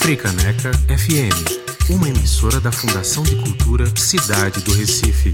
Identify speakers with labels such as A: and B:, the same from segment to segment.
A: Freicaneca FM, uma emissora da Fundação de Cultura Cidade do Recife.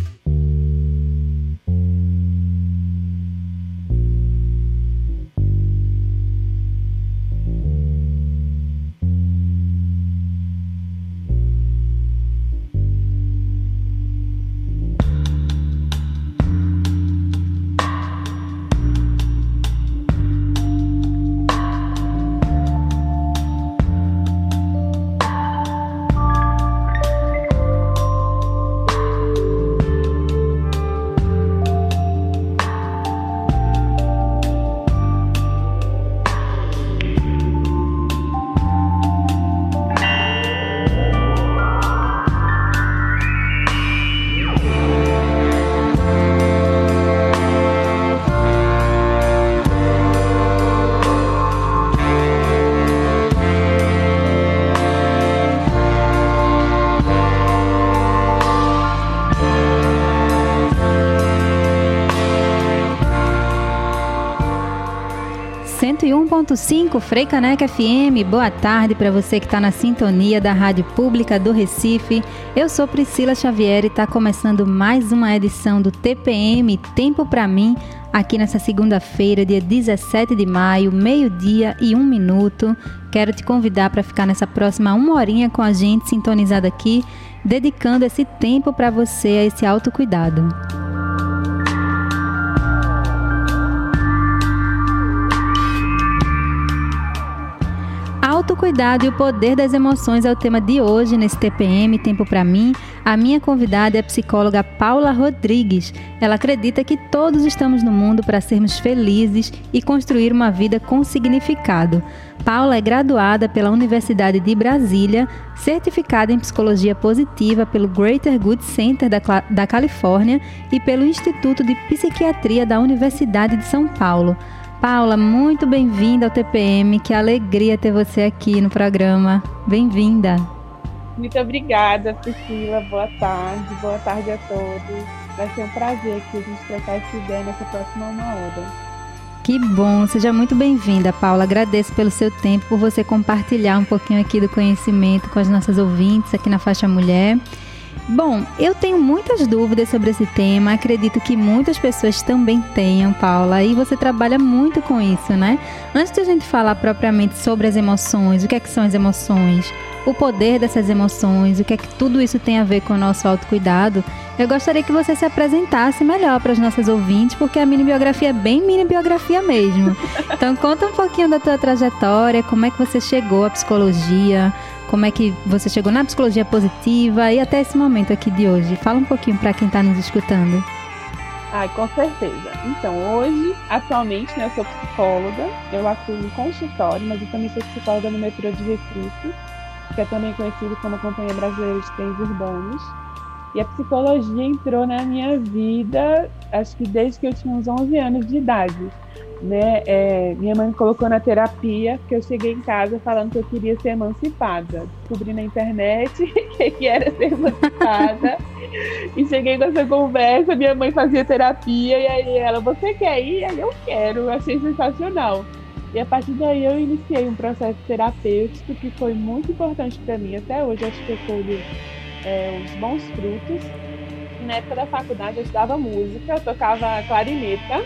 B: Freicaneca FM, boa tarde para você que está na sintonia da Rádio Pública do Recife. Eu sou Priscila Xavier e está começando mais uma edição do TPM Tempo para Mim, aqui nessa segunda-feira, dia 17 de maio, 12:01. Quero te convidar para ficar nessa próxima uma horinha com a gente, sintonizada aqui, dedicando esse tempo para você, a esse autocuidado. Autocuidado e o poder das emoções é o tema de hoje nesse TPM Tempo para Mim. A minha convidada é a psicóloga Paula Rodrigues. Ela acredita que todos estamos no mundo para sermos felizes e construir uma vida com significado. Paula é graduada pela Universidade de Brasília, certificada em Psicologia Positiva pelo Greater Good Center da Califórnia e pelo Instituto de Psiquiatria da Universidade de São Paulo. Paula, muito bem-vinda ao TPM, que alegria ter você aqui no programa. Bem-vinda.
C: Muito obrigada, Priscila. Boa tarde a todos. Vai ser um prazer aqui a gente trocar essa ideia nessa próxima uma hora.
B: Que bom, seja muito bem-vinda, Paula. Agradeço pelo seu tempo, por você compartilhar um pouquinho aqui do conhecimento com as nossas ouvintes aqui na Faixa Mulher. Bom, eu tenho muitas dúvidas sobre esse tema, acredito que muitas pessoas também tenham, Paula, e você trabalha muito com isso, né? Antes de a gente falar propriamente sobre as emoções, o que é que são as emoções, o poder dessas emoções, o que é que tudo isso tem a ver com o nosso autocuidado, eu gostaria que você se apresentasse melhor para as nossas ouvintes, porque a mini-biografia é bem mini-biografia mesmo. Então conta um pouquinho da tua trajetória, como é que você chegou à psicologia, como é que você chegou na psicologia positiva e até esse momento aqui de hoje. Fala um pouquinho para quem está nos escutando.
C: Com certeza. Então, hoje, atualmente, eu sou psicóloga, eu atuo no consultório, mas eu também sou psicóloga no metrô de Recife, que é também conhecido como Companhia Brasileira de Trens Urbanos. E a psicologia entrou na minha vida, acho que desde que eu tinha uns 11 anos de idade. Minha mãe me colocou na terapia, porque eu cheguei em casa falando que eu queria ser emancipada. Descobri na internet o que era ser emancipada. E cheguei com essa conversa, minha mãe fazia terapia, e aí ela, você quer ir? Aí eu quero, achei sensacional. E a partir daí eu iniciei um processo terapêutico que foi muito importante para mim. Até hoje acho que eu colho os bons frutos. Na época da faculdade eu estudava música, eu tocava clarineta.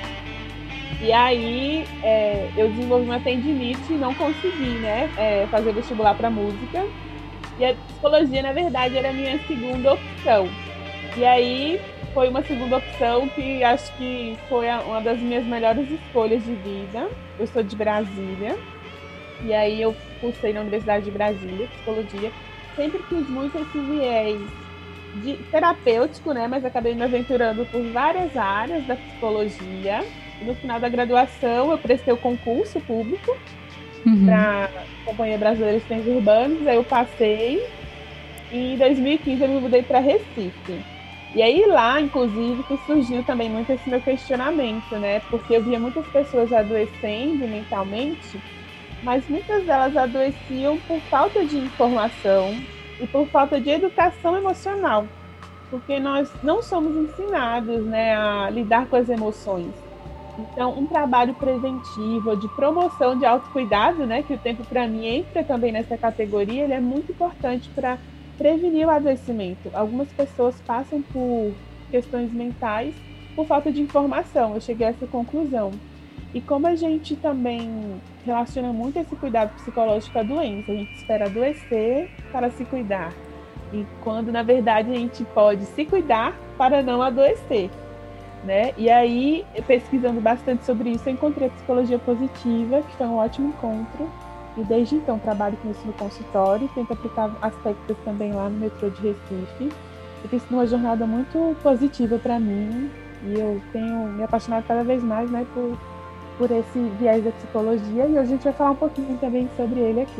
C: E aí eu desenvolvi uma tendinite e não consegui fazer vestibular para música. E a psicologia, na verdade, era a minha segunda opção. E aí foi uma segunda opção que acho que foi uma das minhas melhores escolhas de vida. Eu sou de Brasília. E aí eu cursei na Universidade de Brasília, psicologia. Sempre quis muito esse viés de terapêutico, mas acabei me aventurando por várias áreas da psicologia. No final da graduação, eu prestei o concurso público para a Companhia Brasileira de Trens Urbanos, aí eu passei e em 2015 eu me mudei para Recife. E aí lá, inclusive, que surgiu também muito esse meu questionamento, porque eu via muitas pessoas adoecendo mentalmente, mas muitas delas adoeciam por falta de informação e por falta de educação emocional, porque nós não somos ensinados a lidar com as emoções. Então, um trabalho preventivo, de promoção de autocuidado, né, que o tempo para mim entra também nessa categoria, ele é muito importante para prevenir o adoecimento. Algumas pessoas passam por questões mentais por falta de informação. Eu cheguei a essa conclusão. E como a gente também relaciona muito esse cuidado psicológico à doença, a gente espera adoecer para se cuidar. E quando, na verdade, a gente pode se cuidar para não adoecer, né? E aí, pesquisando bastante sobre isso, eu encontrei a psicologia positiva, que foi um ótimo encontro. E desde então trabalho com isso no consultório, tento aplicar aspectos também lá no metrô de Recife. E tem sido uma jornada muito positiva para mim. E eu tenho me apaixonado cada vez mais, né, por esse viés da psicologia. E hoje a gente vai falar um pouquinho também sobre ele aqui.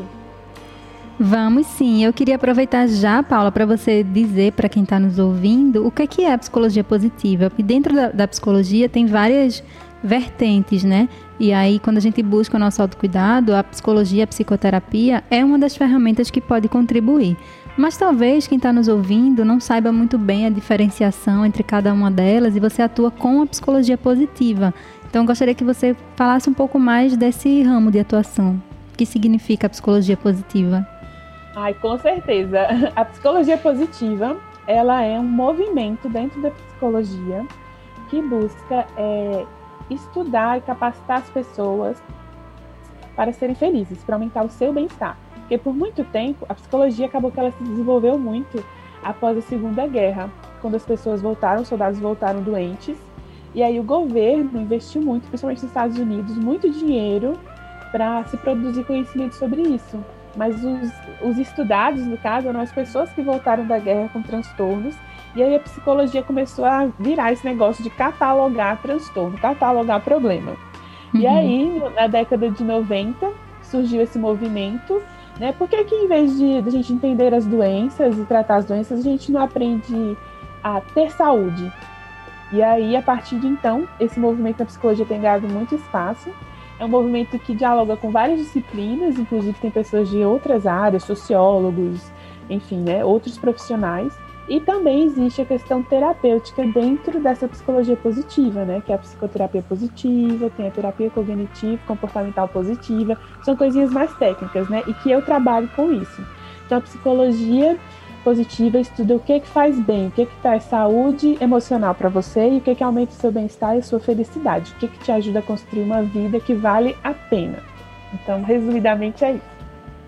B: Vamos sim. Eu queria aproveitar já, Paula, para você dizer para quem está nos ouvindo o que é a psicologia positiva. Porque dentro da psicologia tem várias vertentes, né? E aí, quando a gente busca o nosso autocuidado, a psicologia, a psicoterapia é uma das ferramentas que pode contribuir. Mas talvez quem está nos ouvindo não saiba muito bem a diferenciação entre cada uma delas e você atua com a psicologia positiva. Então, eu gostaria que você falasse um pouco mais desse ramo de atuação. O que significa a psicologia positiva?
C: Ai, com certeza. A psicologia positiva, ela é um movimento dentro da psicologia que busca estudar e capacitar as pessoas para serem felizes, para aumentar o seu bem-estar. Porque por muito tempo, a psicologia acabou que ela se desenvolveu muito após a Segunda Guerra, quando as pessoas voltaram, os soldados voltaram doentes, e aí o governo investiu muito, principalmente nos Estados Unidos, muito dinheiro para se produzir conhecimento sobre isso. Mas os estudados, no caso, eram as pessoas que voltaram da guerra com transtornos, e aí a psicologia começou a virar esse negócio de catalogar transtorno, catalogar problema. Uhum. E aí, na década de 90, surgiu esse movimento, né? Porque que em vez de a gente entender as doenças e tratar as doenças, a gente não aprende a ter saúde. E aí, a partir de então, esse movimento da psicologia tem ganhado muito espaço. É um movimento que dialoga com várias disciplinas, inclusive tem pessoas de outras áreas, sociólogos, enfim, né, outros profissionais. E também existe a questão terapêutica dentro dessa psicologia positiva, né, que é a psicoterapia positiva, tem a terapia cognitiva, comportamental positiva, são coisinhas mais técnicas, né, e que eu trabalho com isso. Então, a psicologia positiva estuda o que faz bem, o que traz saúde emocional para você e o que aumenta o seu bem-estar e a sua felicidade, o que te ajuda a construir uma vida que vale a pena. Então, resumidamente, é isso.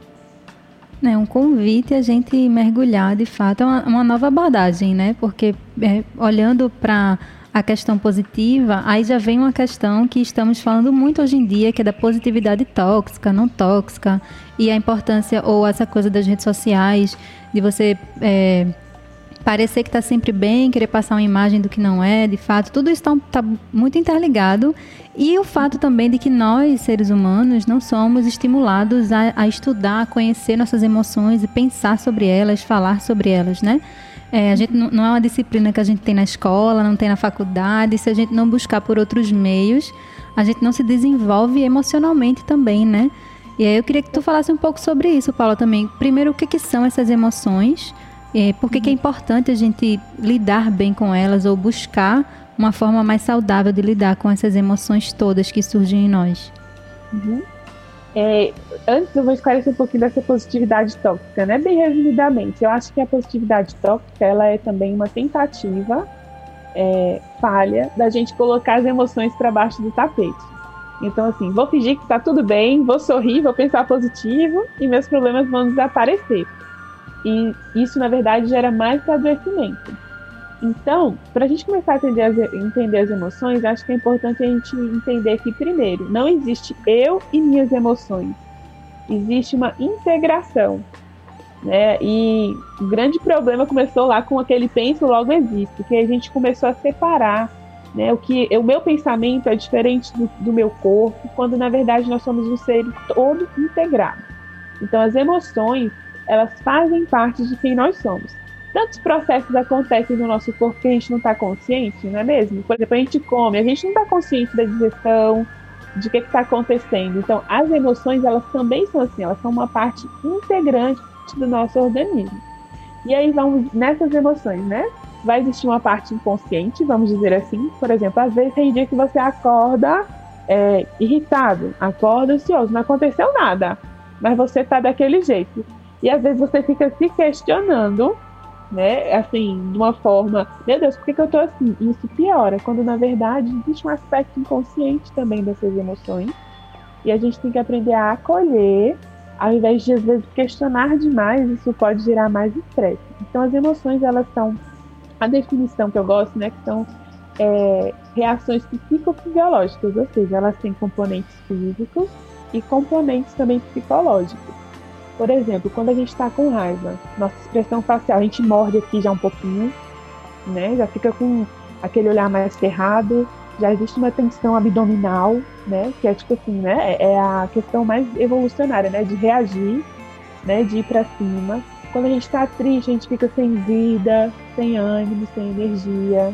B: É um convite a gente mergulhar, de fato, é uma nova abordagem, né? Porque olhando para a questão positiva, aí já vem uma questão que estamos falando muito hoje em dia, que é da positividade tóxica, não tóxica, e a importância, ou essa coisa das redes sociais, de você parecer que está sempre bem, querer passar uma imagem do que não é, de fato, tudo isso está muito interligado. E o fato também de que nós, seres humanos, não somos estimulados a estudar, a conhecer nossas emoções e pensar sobre elas, falar sobre elas, né? A gente não é uma disciplina que a gente tem na escola, não tem na faculdade. Se a gente não buscar por outros meios, a gente não se desenvolve emocionalmente também, né? E aí eu queria que tu falasse um pouco sobre isso, Paula, também. Primeiro, o que são essas emoções? Por que é importante a gente lidar bem com elas ou buscar uma forma mais saudável de lidar com essas emoções todas que surgem em nós?
C: Uhum. Antes eu vou esclarecer um pouquinho dessa positividade tóxica, né? Bem resumidamente, eu acho que a positividade tóxica, ela é também uma tentativa falha da gente colocar as emoções para baixo do tapete. Então, assim, vou fingir que está tudo bem, vou sorrir, vou pensar positivo e meus problemas vão desaparecer. E isso, na verdade, gera mais adoecimento. Então, para a gente começar a entender as emoções, acho que é importante a gente entender que, primeiro, não existe eu e minhas emoções. Existe uma integração, né? E o grande problema começou lá com aquele penso, logo existo, que a gente começou a separar, né? O meu pensamento é diferente do meu corpo, quando, na verdade, nós somos um ser todo integrado. Então, as emoções, elas fazem parte de quem nós somos. Tantos processos acontecem no nosso corpo que a gente não está consciente, não é mesmo? Por exemplo, a gente come, a gente não está consciente da digestão, de o que está acontecendo. Então, as emoções, elas também são assim, elas são uma parte integrante do nosso organismo. E aí vamos nessas emoções, né? vai existir uma parte inconsciente, vamos dizer assim. Por exemplo, às vezes tem dia que você acorda irritado, acorda ansioso, não aconteceu nada, mas você tá daquele jeito. E às vezes você fica se questionando, né, assim, de uma forma, meu Deus, por que eu tô assim? E isso piora, quando na verdade existe um aspecto inconsciente também dessas emoções, e a gente tem que aprender a acolher, ao invés de às vezes questionar demais, isso pode gerar mais estresse. Então as emoções, elas são, a definição que eu gosto, né, que são reações psicofisiológicas, ou seja, elas têm componentes físicos e componentes também psicológicos. Por exemplo, quando a gente está com raiva, nossa expressão facial, a gente morde aqui já um pouquinho, né? Já fica com aquele olhar mais cerrado, já existe uma tensão abdominal, né? Que é tipo assim, né? É a questão mais evolucionária, né? De reagir, né? De ir para cima. Quando a gente está triste, a gente fica sem vida, sem ânimo, sem energia.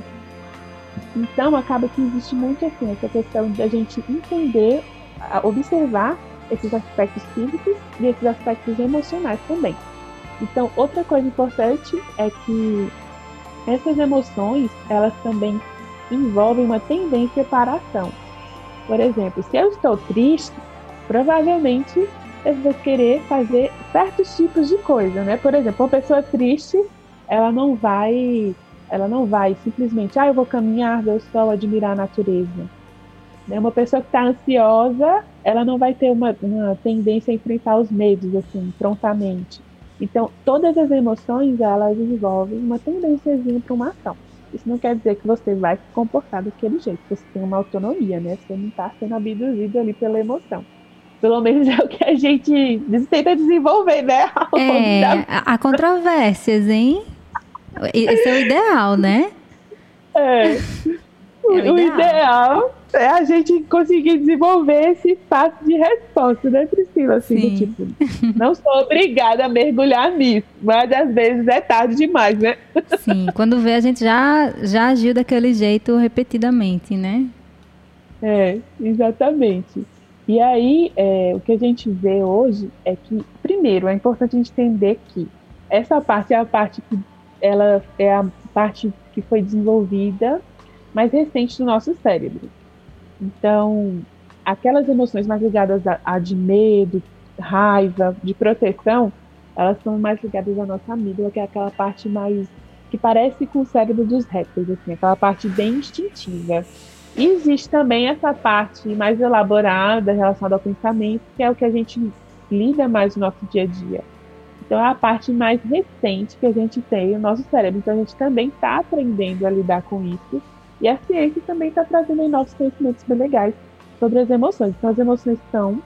C: Então, acaba que existe muito assim, essa questão de a gente entender, observar esses aspectos físicos e esses aspectos emocionais também. Então, outra coisa importante é que essas emoções, elas também envolvem uma tendência para a ação. Por exemplo, se eu estou triste, provavelmente eu vou querer fazer certos tipos de coisa, né? Por exemplo, uma pessoa triste, ela não vai simplesmente, eu vou caminhar, ver o sol, admirar a natureza. Uma pessoa que está ansiosa, ela não vai ter uma tendência a enfrentar os medos assim, prontamente. Então, todas as emoções, elas envolvem uma tendênciazinha para uma ação. Isso não quer dizer que você vai se comportar daquele jeito. Você tem uma autonomia, né? Você não está sendo abduzido ali pela emoção. Pelo menos é o que a gente tenta desenvolver, né?
B: Há controvérsias, hein? Esse é o ideal, né?
C: O ideal é a gente conseguir desenvolver esse espaço de resposta, né, Priscila? Assim, do tipo, não sou obrigada a mergulhar nisso, mas às vezes é tarde demais, né?
B: Sim, quando vê, a gente já agiu daquele jeito repetidamente, né?
C: Exatamente. E aí, o que a gente vê hoje é que, primeiro, é importante a gente entender que essa parte é a parte que ela é a parte que foi desenvolvida mais recente do nosso cérebro. Então, aquelas emoções mais ligadas a de medo, raiva, de proteção, elas são mais ligadas à nossa amígdala, que é aquela parte mais que parece com o cérebro dos répteis, assim, aquela parte bem instintiva. E existe também essa parte mais elaborada relacionada ao pensamento, que é o que a gente lida mais no nosso dia a dia. Então, é a parte mais recente que a gente tem no nosso cérebro. Então, a gente também está aprendendo a lidar com isso. E a ciência também está trazendo aí novos conhecimentos bem legais sobre as emoções. Então, as emoções são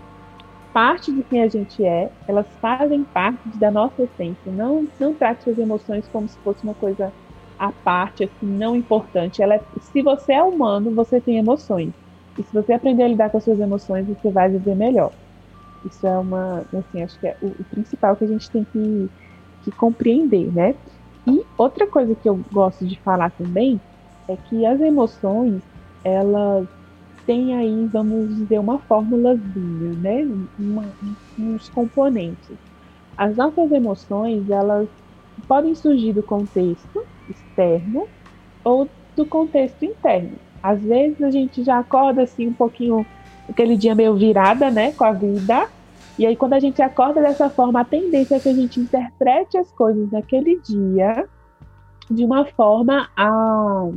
C: parte de quem a gente é, elas fazem parte da nossa essência. Não trate as emoções como se fosse uma coisa à parte, assim, não importante. Se você é humano, você tem emoções. E se você aprender a lidar com as suas emoções, você vai viver melhor. Isso é acho que é o principal que a gente tem que compreender, né? E outra coisa que eu gosto de falar também é que as emoções, elas têm aí, vamos dizer, uma formulazinha, né? Uns componentes. As nossas emoções, elas podem surgir do contexto externo ou do contexto interno. Às vezes a gente já acorda assim um pouquinho, aquele dia meio virada, né, com a vida. E aí quando a gente acorda dessa forma, a tendência é que a gente interprete as coisas naquele dia de uma forma a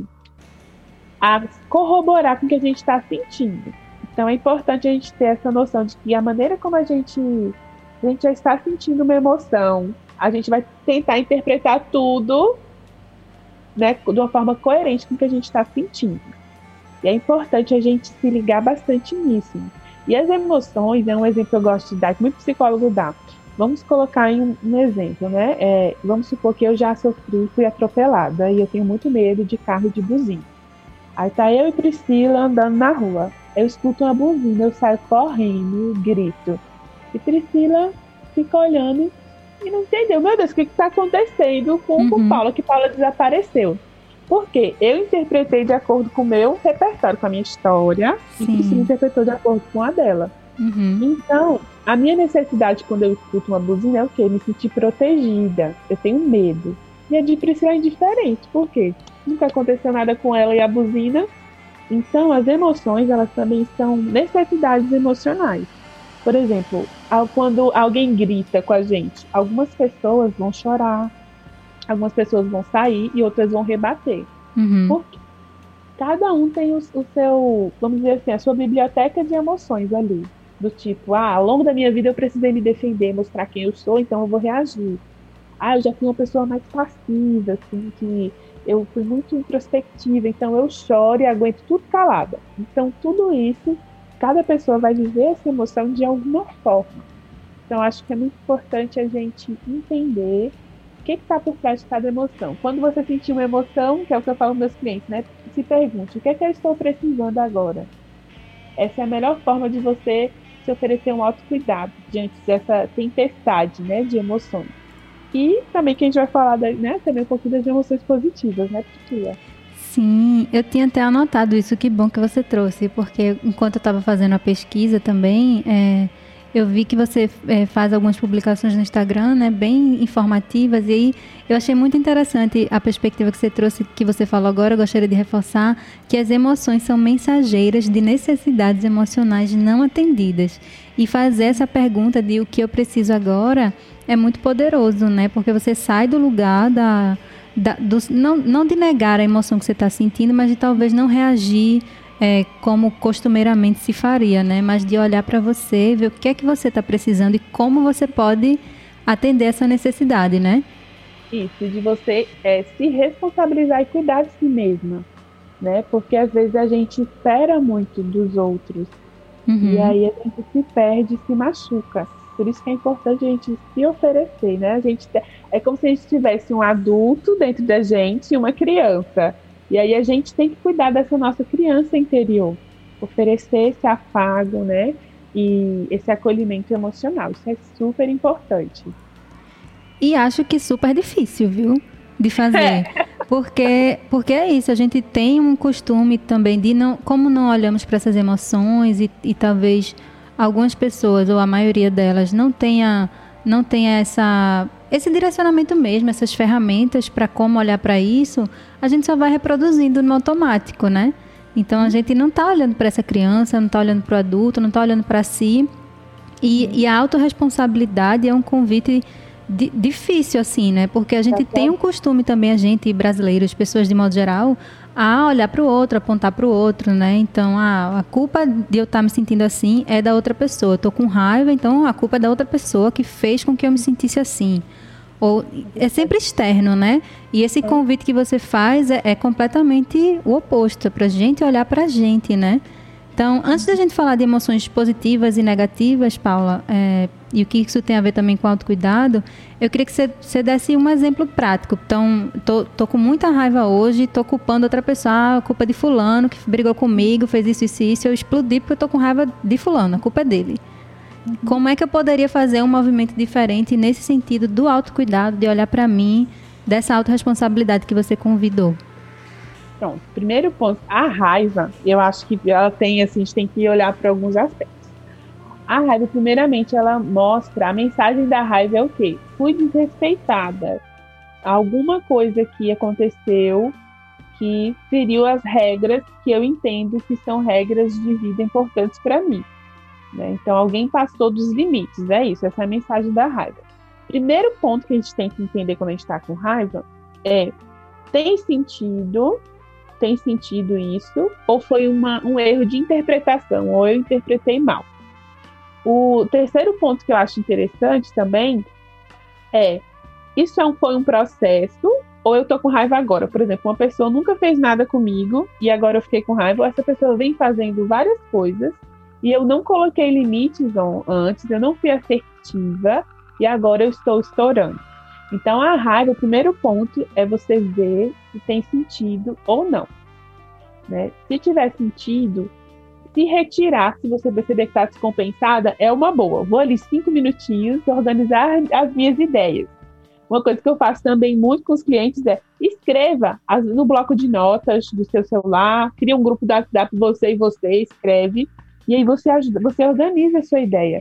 C: corroborar com o que a gente está sentindo. Então é importante a gente ter essa noção de que a maneira como a gente já está sentindo uma emoção, a gente vai tentar interpretar tudo, né, de uma forma coerente com o que a gente está sentindo. E é importante a gente se ligar bastante nisso. E as emoções, é um exemplo que eu gosto de dar, que muito psicólogo dá. Vamos colocar em um exemplo, né? Vamos supor que eu já fui atropelada e eu tenho muito medo de carro e de buzina. Aí tá eu e Priscila andando na rua. Eu escuto uma buzina, eu saio correndo, grito. E Priscila fica olhando e não entendeu. Meu Deus, o que está acontecendo com Paula? Que Paula desapareceu. Porque eu interpretei de acordo com o meu repertório, com a minha história. Sim. E Priscila interpretou de acordo com a dela. Então, a minha necessidade quando eu escuto uma buzina é o quê? Me sentir protegida. Eu tenho medo. E a de Priscila é indiferente. Por quê? Nunca aconteceu nada com ela e a buzina. Então, as emoções, elas também são necessidades emocionais. Por exemplo, quando alguém grita com a gente, algumas pessoas vão chorar, algumas pessoas vão sair e outras vão rebater. Porque cada um tem o seu, vamos dizer assim, a sua biblioteca de emoções ali. Do tipo, ao longo da minha vida eu precisei me defender, mostrar quem eu sou, então eu vou reagir. Eu já fui uma pessoa mais passiva, assim, que eu fui muito introspectiva, então eu choro e aguento tudo calada. Então tudo isso, cada pessoa vai viver essa emoção de alguma forma. Então acho que é muito importante a gente entender o que está por trás de cada emoção. Quando você sentir uma emoção, que é o que eu falo com meus clientes, né? Se pergunte, o que é que eu estou precisando agora? Essa é a melhor forma de você se oferecer um autocuidado diante dessa tempestade, né, de emoções. E também que a gente vai falar, né, também um pouquinho das emoções positivas, né, Priscila?
B: Sim, eu tinha até anotado isso, que bom que você trouxe, porque enquanto eu estava fazendo a pesquisa também, eu vi que você faz algumas publicações no Instagram, né, bem informativas, e aí eu achei muito interessante a perspectiva que você trouxe, que você falou agora. Eu gostaria de reforçar que as emoções são mensageiras de necessidades emocionais não atendidas. E fazer essa pergunta de o que eu preciso agora é muito poderoso, né, porque você sai do lugar não de negar a emoção que você está sentindo, mas de talvez não reagir como costumeiramente se faria, né? Mas de olhar para você, ver o que é que você está precisando e como você pode atender essa necessidade, né?
C: Isso, de você se responsabilizar e cuidar de si mesma, né? Porque às vezes a gente espera muito dos outros e aí a gente se perde, se machuca. Por isso que é importante a gente se oferecer, né? É como se a gente tivesse um adulto dentro da gente e uma criança. E aí a gente tem que cuidar dessa nossa criança interior, oferecer esse afago, né? E esse acolhimento emocional. Isso é super importante.
B: E acho que super difícil, viu? De fazer. Porque é isso, a gente tem um costume também de como não olhamos para essas emoções e talvez algumas pessoas, ou a maioria delas, não tenha esse direcionamento mesmo, essas ferramentas para como olhar para isso, a gente só vai reproduzindo no automático, né? Então a gente não está olhando para essa criança, não está olhando para o adulto, não está olhando para si. E a autorresponsabilidade é um convite difícil, assim, né? Porque a gente tem um costume também, a gente, brasileiros, pessoas de modo geral, a olhar para o outro, apontar para o outro, né? Então, a culpa de eu estar me sentindo assim é da outra pessoa. Eu tô com raiva, então a culpa é da outra pessoa que fez com que eu me sentisse assim. Ou é sempre externo, né? E esse convite que você faz é completamente o oposto, é pra gente olhar pra gente, né? Então, antes da gente falar de emoções positivas e negativas, Paula, e o que isso tem a ver também com autocuidado, eu queria que você desse um exemplo prático. Então, tô com muita raiva hoje, tô culpando outra pessoa, a culpa é de fulano, que brigou comigo, fez isso, eu explodi porque eu tô com raiva de fulano, a culpa é dele. Como é que eu poderia fazer um movimento diferente nesse sentido do autocuidado, de olhar para mim, dessa autorresponsabilidade que você convidou?
C: Pronto, primeiro ponto, a raiva, eu acho que ela tem, assim, a gente tem que olhar para alguns aspectos. A raiva, primeiramente, ela mostra, a mensagem da raiva é o quê? Fui desrespeitada. Alguma coisa que aconteceu que feriu as regras que eu entendo que são regras de vida importantes para mim. Né? Então, alguém passou dos limites, é isso, essa é a mensagem da raiva. Primeiro ponto que a gente tem que entender quando a gente está com raiva é: tem sentido isso, ou foi um erro de interpretação, ou eu interpretei mal. O terceiro ponto que eu acho interessante também é: isso foi um processo, ou eu tô com raiva agora? Por exemplo, uma pessoa nunca fez nada comigo e agora eu fiquei com raiva, ou essa pessoa vem fazendo várias coisas e eu não coloquei limites antes, eu não fui assertiva e agora eu estou estourando. Então, a raiva, o primeiro ponto é você ver se tem sentido ou não. Né? Se tiver sentido, se retirar, se você perceber que está descompensada, é uma boa. Vou ali 5 minutinhos organizar as minhas ideias. Uma coisa que eu faço também muito com os clientes é: escreva no bloco de notas do seu celular, cria um grupo do WhatsApp, você escreve, e aí você organiza a sua ideia.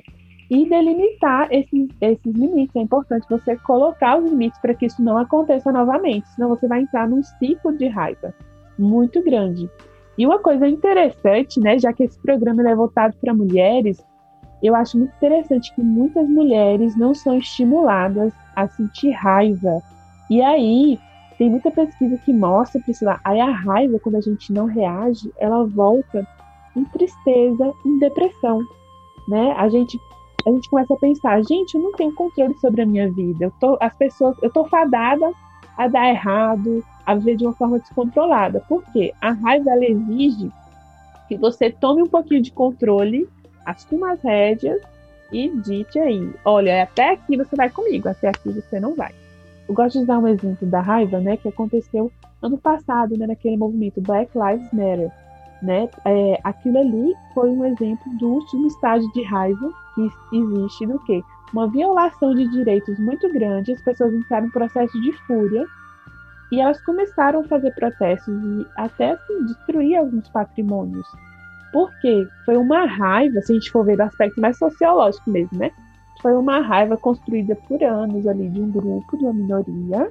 C: e delimitar esses limites. É importante você colocar os limites para que isso não aconteça novamente, senão você vai entrar num ciclo de raiva muito grande. E uma coisa interessante, né, já que esse programa é voltado para mulheres, eu acho muito interessante que muitas mulheres não são estimuladas a sentir raiva. E aí, tem muita pesquisa que mostra, Priscila, aí a raiva, quando a gente não reage, ela volta em tristeza, em depressão, né? A gente começa a pensar, gente, eu não tenho controle sobre a minha vida. Eu tô fadada a dar errado, a viver de uma forma descontrolada. Por quê? A raiva, ela exige que você tome um pouquinho de controle, assuma as rédeas e dite aí, olha, até aqui você vai comigo, até aqui você não vai. Eu gosto de dar um exemplo da raiva, né, que aconteceu ano passado, né, naquele movimento Black Lives Matter, né? Aquilo ali foi um exemplo do último estágio de raiva que existe do quê? Uma violação de direitos muito grande, as pessoas entraram em processo de fúria e elas começaram a fazer protestos e até assim, destruir alguns patrimônios. Por quê? Foi uma raiva, se a gente for ver do aspecto mais sociológico mesmo, né? Foi uma raiva construída por anos ali de um grupo, de uma minoria,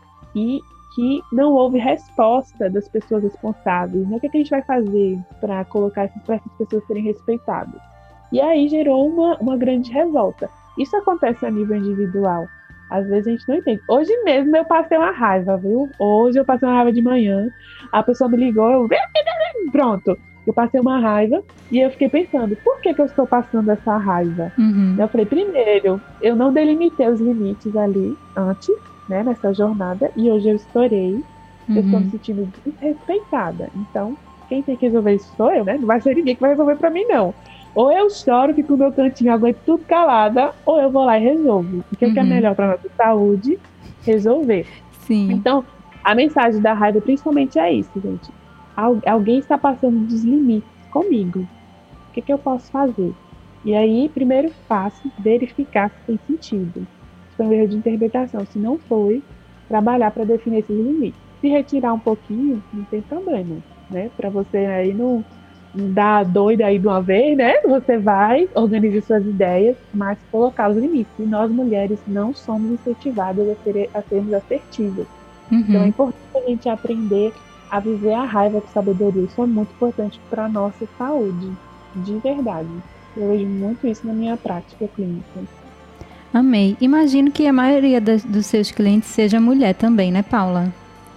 C: e que não houve resposta das pessoas responsáveis, né? O que a gente vai fazer para colocar essas pessoas serem respeitadas? E aí gerou uma grande revolta. Isso acontece a nível individual. Às vezes a gente não entende. Hoje mesmo eu passei uma raiva, viu? Hoje eu passei uma raiva de manhã, a pessoa me ligou, pronto. Eu passei uma raiva e eu fiquei pensando, por que eu estou passando essa raiva?
B: Uhum.
C: Eu falei, primeiro, eu não delimitei os limites ali antes, né, nessa jornada, e hoje eu estourei. Eu estou me sentindo desrespeitada. Então, quem tem que resolver isso sou eu, né? Não vai ser ninguém que vai resolver pra mim, não. Ou eu choro, fico no meu cantinho, aguento tudo calada, ou eu vou lá e resolvo. O que é melhor pra nossa saúde? Resolver.
B: Sim.
C: Então, a mensagem da raiva principalmente é isso, gente. Alguém está passando dos limites comigo. O que eu posso fazer? E aí, primeiro passo, verificar se tem sentido. Se foi um erro de interpretação. Se não foi, trabalhar para definir esses limites. Se retirar um pouquinho, não tem problema, né? Para você aí não dar doida aí de uma vez, né? Você vai, organize suas ideias, mas colocar os limites. E nós, mulheres, não somos incentivadas a sermos assertivas. Então, é importante a gente aprender a viver a raiva com sabedoria. Isso é muito importante para a nossa saúde, de verdade. Eu vejo muito isso na minha prática clínica.
B: Amei. Imagino que a maioria dos seus clientes seja mulher também, né, Paula?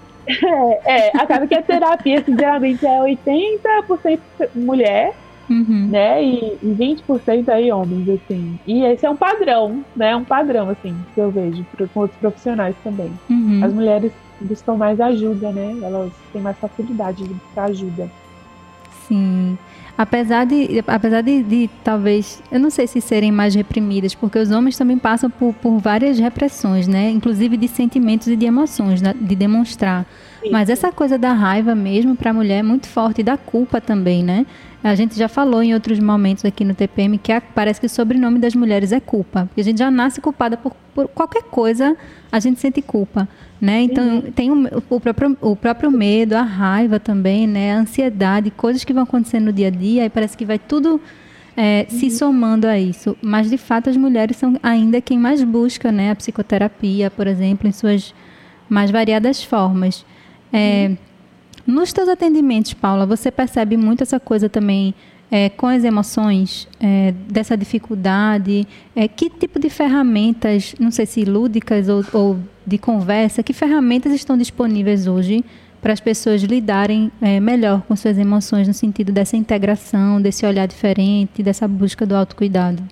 C: Acaba que a terapia, assim, geralmente é 80% mulher, né, e 20% aí homens, assim. E esse é um padrão, né, assim, que eu vejo com outros profissionais também. As mulheres buscam mais ajuda, né? Elas têm mais facilidade de buscar ajuda.
B: Sim. Apesar de talvez, eu não sei se serem mais reprimidas, porque os homens também passam por várias repressões, né? Inclusive de sentimentos e de emoções, de demonstrar. Sim. Mas essa coisa da raiva mesmo para a mulher é muito forte, e da culpa também, né? A gente já falou em outros momentos aqui no TPM que parece que o sobrenome das mulheres é culpa. Porque a gente já nasce culpada por qualquer coisa, a gente sente culpa, né? Então, tem o próprio medo, a raiva também, né? A ansiedade, coisas que vão acontecendo no dia a dia, e parece que vai tudo se somando a isso. Mas, de fato, as mulheres são ainda quem mais busca, né? A psicoterapia, por exemplo, em suas mais variadas formas. Nos teus atendimentos, Paula, você percebe muito essa coisa também com as emoções, dessa dificuldade? Que tipo de ferramentas, não sei se lúdicas ou de conversa, que ferramentas estão disponíveis hoje para as pessoas lidarem melhor com suas emoções, no sentido dessa integração, desse olhar diferente, dessa busca do autocuidado?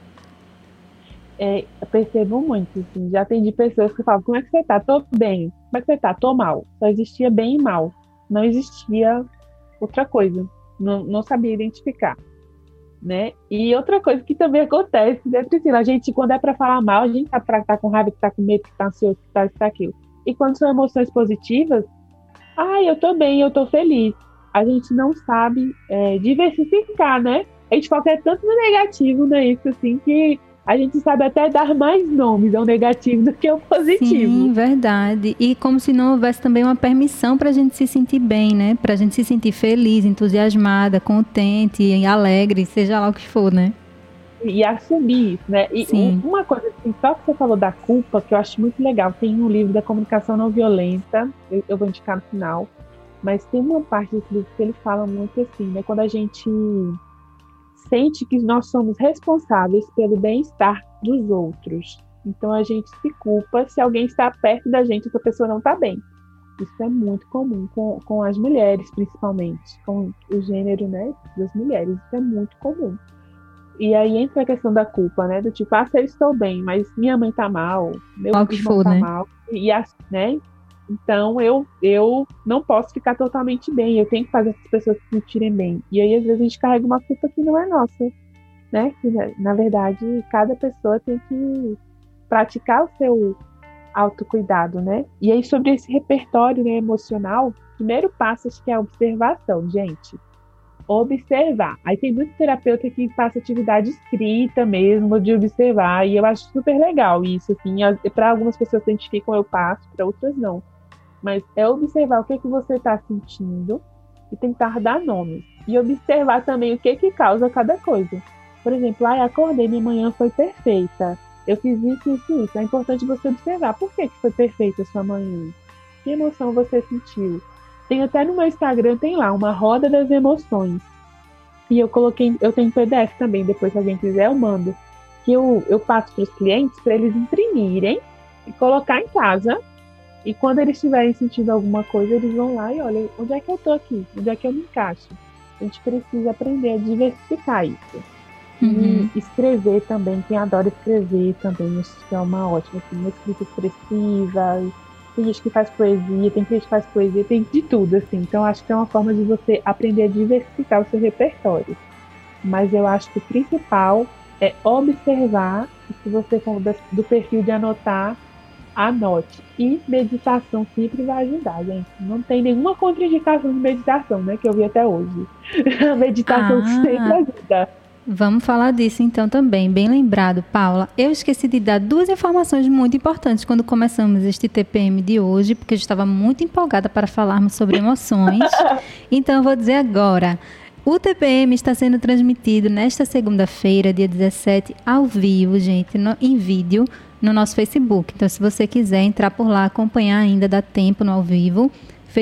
C: Eu percebo muito, assim, já atendi pessoas que falam, como é que você tá? Tô bem. Como é que você tá? Tô mal. Só existia bem e mal. Não existia outra coisa. Não sabia identificar, né? E outra coisa que também acontece, né, Priscila? A gente, quando é para falar mal, a gente sabe que tá com raiva, que tá com medo, que tá ansioso, que tá aquilo. E quando são emoções positivas, eu tô bem, eu tô feliz. A gente não sabe diversificar, né? A gente foca tanto no negativo, né? Isso, assim, que a gente sabe até dar mais nomes ao negativo do que ao positivo.
B: Sim, verdade. E como se não houvesse também uma permissão para a gente se sentir bem, né? Para a gente se sentir feliz, entusiasmada, contente, alegre, seja lá o que for, né?
C: e assumir isso, né? E uma coisa assim, só que você falou da culpa, que eu acho muito legal, tem um livro da comunicação não violenta, eu vou indicar no final, mas tem uma parte desse livro que ele fala muito assim, né? Quando a gente sente que nós somos responsáveis pelo bem-estar dos outros. Então a gente se culpa se alguém está perto da gente e a pessoa não está bem. Isso é muito comum com as mulheres, principalmente, com o gênero, né, das mulheres. Isso é muito comum. E aí entra a questão da culpa, né? Do tipo, se eu estou bem, mas minha mãe tá mal, meu irmão tá mal, né? Então eu não posso ficar totalmente bem, eu tenho que fazer essas pessoas se sentirem bem. E aí às vezes a gente carrega uma culpa que não é nossa, né? Que, na verdade, cada pessoa tem que praticar o seu autocuidado, né? E aí sobre esse repertório, né, emocional, o primeiro passo acho que é a observação, gente. Observar. Aí tem muito terapeuta que faz atividade escrita mesmo, de observar, e eu acho super legal isso, assim, para algumas pessoas se identificam, eu passo, para outras não. Mas é observar o que você está sentindo e tentar dar nomes. E observar também o que causa cada coisa. Por exemplo, acordei, minha manhã foi perfeita. Eu fiz isso. É importante você observar por que foi perfeita a sua manhã. Que emoção você sentiu? Tem até no meu Instagram, tem lá uma roda das emoções. E eu tenho PDF também, depois se alguém quiser eu mando. Que eu passo para os clientes para eles imprimirem e colocar em casa. E quando eles estiverem sentindo alguma coisa, eles vão lá e olham, onde é que eu tô aqui? Onde é que eu me encaixo? A gente precisa aprender a diversificar isso. E escrever também, quem adora escrever também, acho que é uma ótima, assim, uma escrita expressiva. Tem gente que faz poesia, tem gente que faz poesia, tem de tudo, assim. Então, acho que é uma forma de você aprender a diversificar o seu repertório. Mas eu acho que o principal é observar, e se você for do perfil de anotar, anote. E meditação sempre vai ajudar, gente. Não tem nenhuma contraindicação de meditação, né, que eu vi até hoje. A meditação sempre ajuda.
B: Vamos falar disso então também, bem lembrado, Paula. Eu esqueci de dar 2 informações muito importantes quando começamos este TPM de hoje, porque eu estava muito empolgada para falarmos sobre emoções. Então eu vou dizer agora. O TPM está sendo transmitido nesta segunda-feira, dia 17, ao vivo, gente, em vídeo, no nosso Facebook. Então, se você quiser entrar por lá, acompanhar ainda, dá tempo no ao vivo,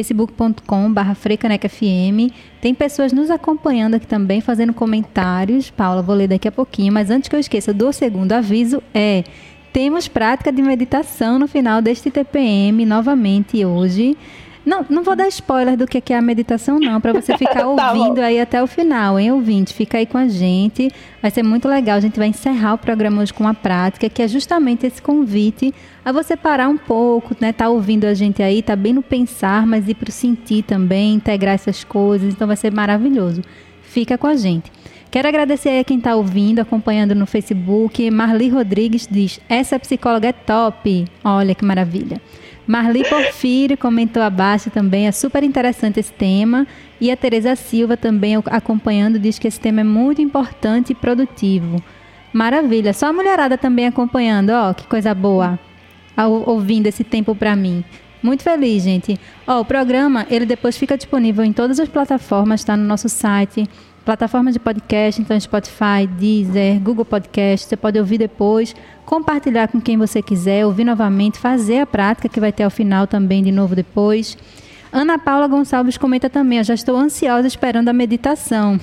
B: facebook.com/freicanecafm. Tem pessoas nos acompanhando aqui também, fazendo comentários. Paula, vou ler daqui a pouquinho, mas antes que eu esqueça, do segundo aviso temos prática de meditação no final deste TPM, novamente hoje. Não vou dar spoiler do que é a meditação, não, para você ficar ouvindo aí até o final, hein, ouvinte? Fica aí com a gente, vai ser muito legal. A gente vai encerrar o programa hoje com uma prática, que é justamente esse convite a você parar um pouco, né? Tá ouvindo a gente aí, tá bem no pensar, mas ir pro sentir também, integrar essas coisas, então vai ser maravilhoso. Fica com a gente. Quero agradecer aí a quem está ouvindo, acompanhando no Facebook. Marli Rodrigues diz, essa psicóloga é top. Olha que maravilha. Marli Porfírio comentou abaixo também, é super interessante esse tema. E a Tereza Silva também acompanhando, diz que esse tema é muito importante e produtivo. Maravilha, só a mulherada também acompanhando, que coisa boa, ouvindo esse tempo para mim. Muito feliz, gente. O programa, ele depois fica disponível em todas as plataformas, está no nosso site, plataformas de podcast, então Spotify, Deezer, Google Podcast, você pode ouvir depois, compartilhar com quem você quiser, ouvir novamente, fazer a prática que vai ter ao final também de novo depois. Ana Paula Gonçalves comenta também, eu já estou ansiosa esperando a meditação.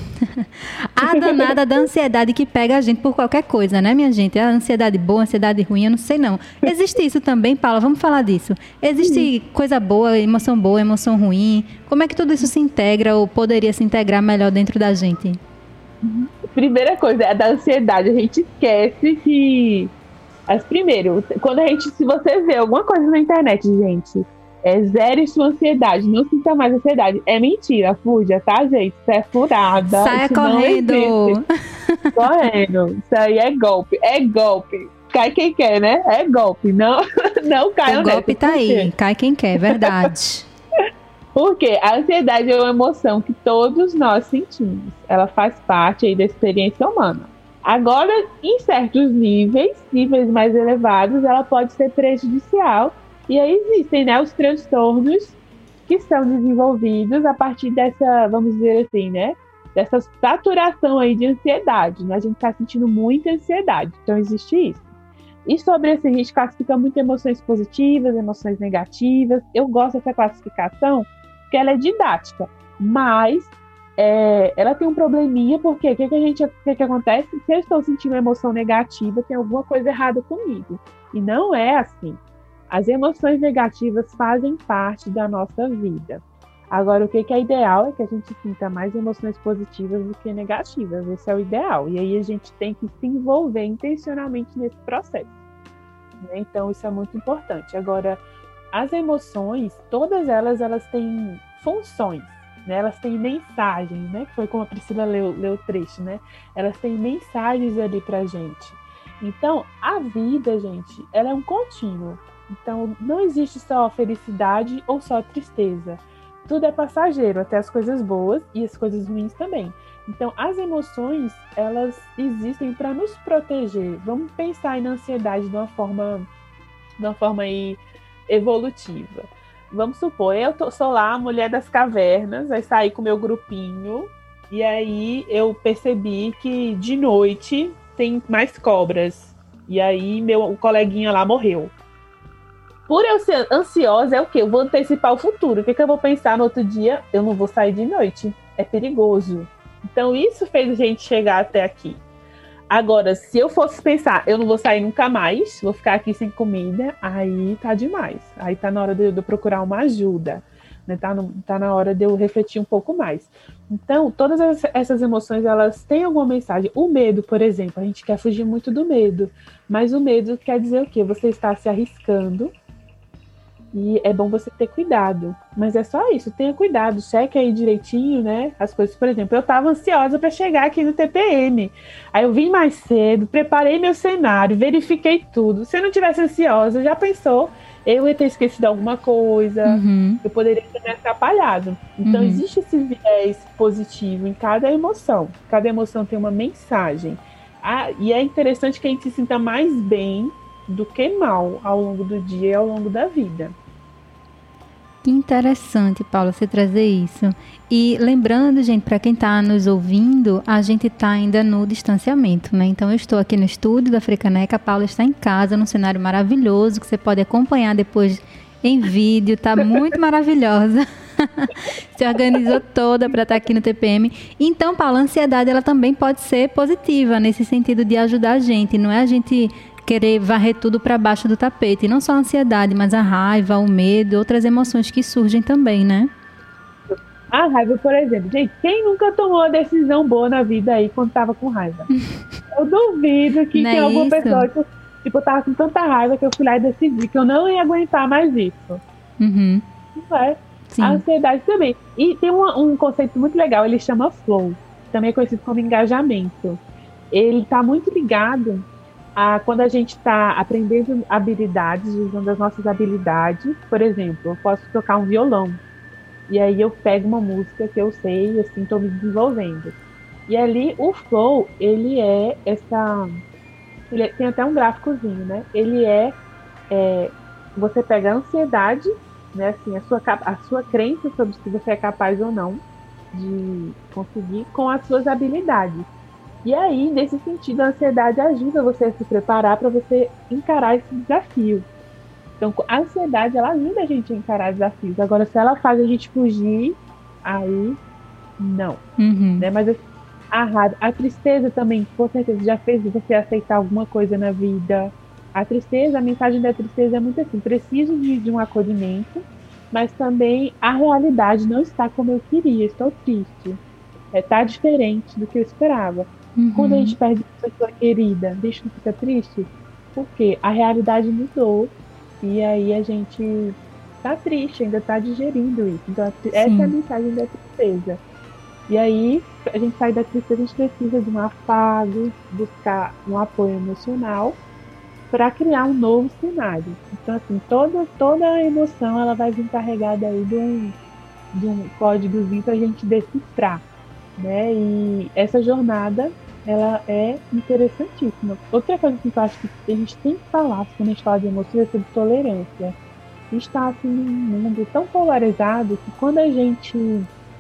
B: A danada da ansiedade que pega a gente por qualquer coisa, né, minha gente? A ansiedade boa, a ansiedade ruim, eu não sei não. Existe isso também, Paula? Vamos falar disso. Existe coisa boa, emoção ruim? Como é que tudo isso se integra ou poderia se integrar melhor dentro da gente?
C: Primeira coisa é a da ansiedade. A gente esquece que... Primeiro, se você vê alguma coisa na internet, gente... zere sua ansiedade, não sinta mais ansiedade. É mentira, fuja, tá, gente? Isso é furada.
B: Saia correndo.
C: Correndo. Isso aí é golpe. É golpe. Cai quem quer, né? É golpe. Não cai.
B: O golpe tá aí. Cai quem quer, verdade.
C: Porque a ansiedade é uma emoção que todos nós sentimos. Ela faz parte aí da experiência humana. Agora, em certos níveis mais elevados, ela pode ser prejudicial. E aí existem, né, os transtornos que são desenvolvidos a partir dessa, vamos dizer assim, né, dessa saturação aí de ansiedade, né? A gente está sentindo muita ansiedade, então existe isso. E sobre esse, a gente classifica muito emoções positivas, emoções negativas. Eu gosto dessa classificação porque ela é didática, mas ela tem um probleminha, porque o que acontece? Se eu estou sentindo uma emoção negativa, tem alguma coisa errada comigo. E não é assim. As emoções negativas fazem parte da nossa vida. Agora, o que é ideal é que a gente sinta mais emoções positivas do que negativas. Esse é o ideal. E aí a gente tem que se envolver intencionalmente nesse processo, né? Então, isso é muito importante. Agora, as emoções, todas elas têm funções, né? Elas têm mensagens, né? Que foi como a Priscila leu o trecho, né? Elas têm mensagens ali pra gente. Então, a vida, gente, ela é um contínuo. Então, não existe só felicidade ou só tristeza. Tudo é passageiro, até as coisas boas e as coisas ruins também. Então, as emoções, elas existem para nos proteger. Vamos pensar aí na ansiedade de uma forma aí evolutiva. Vamos supor, sou lá a mulher das cavernas, aí saí com o meu grupinho, e aí eu percebi que de noite tem mais cobras. E aí o coleguinha lá morreu. Por eu ser ansiosa, é o quê? Eu vou antecipar o futuro. O que eu vou pensar no outro dia? Eu não vou sair de noite. É perigoso. Então, isso fez a gente chegar até aqui. Agora, se eu fosse pensar, eu não vou sair nunca mais, vou ficar aqui sem comida, aí tá demais. Aí tá na hora de eu procurar uma ajuda, né? Tá na hora de eu refletir um pouco mais. Então, todas essas emoções, elas têm alguma mensagem. O medo, por exemplo, a gente quer fugir muito do medo. Mas o medo quer dizer o quê? Você está se arriscando. E é bom você ter cuidado. Mas é só isso, tenha cuidado, cheque aí direitinho, né? As coisas, por exemplo, eu estava ansiosa para chegar aqui no TPM. Aí eu vim mais cedo, preparei meu cenário, verifiquei tudo. Se eu não tivesse ansiosa, já pensou? Eu ia ter esquecido alguma coisa, eu poderia ter me atrapalhado. Então, existe esse viés positivo em cada emoção. Cada emoção tem uma mensagem. E é interessante que a gente se sinta mais bem do que mal ao longo do dia e ao longo da vida.
B: Que interessante, Paula, você trazer isso. E lembrando, gente, para quem está nos ouvindo, a gente está ainda no distanciamento, né? Então, eu estou aqui no estúdio da Frecaneca, a Paula está em casa, num cenário maravilhoso, que você pode acompanhar depois em vídeo, tá muito maravilhosa. Se organizou toda para estar aqui no TPM. Então, Paula, a ansiedade, ela também pode ser positiva, nesse sentido de ajudar a gente. Não é a gente querer varrer tudo para baixo do tapete. E não só a ansiedade, mas a raiva, o medo, outras emoções que surgem também, né?
C: A raiva, por exemplo. Gente, quem nunca tomou uma decisão boa na vida aí quando tava com raiva? Eu duvido que tem alguma pessoa que eu tava com tanta raiva que eu fui lá e decidi que eu não ia aguentar mais isso. Não é? Sim. A ansiedade também. E tem um conceito muito legal, ele chama flow. Também é conhecido como engajamento. Ele está muito ligado quando a gente está aprendendo habilidades, usando as nossas habilidades. Por exemplo, eu posso tocar um violão. E aí eu pego uma música que eu sei, assim, estou me desenvolvendo. E ali o flow, ele tem até um gráficozinho, né? Ele você pega a ansiedade, né? Assim, a sua crença sobre se você é capaz ou não de conseguir com as suas habilidades. E aí, nesse sentido, a ansiedade ajuda você a se preparar para você encarar esse desafio. Então, a ansiedade, ela ajuda a gente a encarar desafios. Agora, se ela faz a gente fugir, aí, não. Né? Mas a tristeza também, com certeza, já fez você aceitar alguma coisa na vida. A tristeza, a mensagem da tristeza é muito assim, preciso de um acolhimento, mas também a realidade não está como eu queria, estou triste. Está diferente do que eu esperava. Quando a gente perde uma pessoa querida, a gente não fica triste? Porque a realidade mudou e aí a gente está triste, ainda está digerindo isso. Então, essa é a mensagem da tristeza. E aí, a gente sai da tristeza, a gente precisa de um afago, buscar um apoio emocional para criar um novo cenário. Então, assim, toda a emoção ela vai vir carregada aí de um códigozinho para a gente decifrar, né? E essa jornada ela é interessantíssima. Outra coisa que eu acho que a gente tem que falar quando a gente fala de emoções é sobre tolerância. A gente está assim, num mundo tão polarizado que quando a gente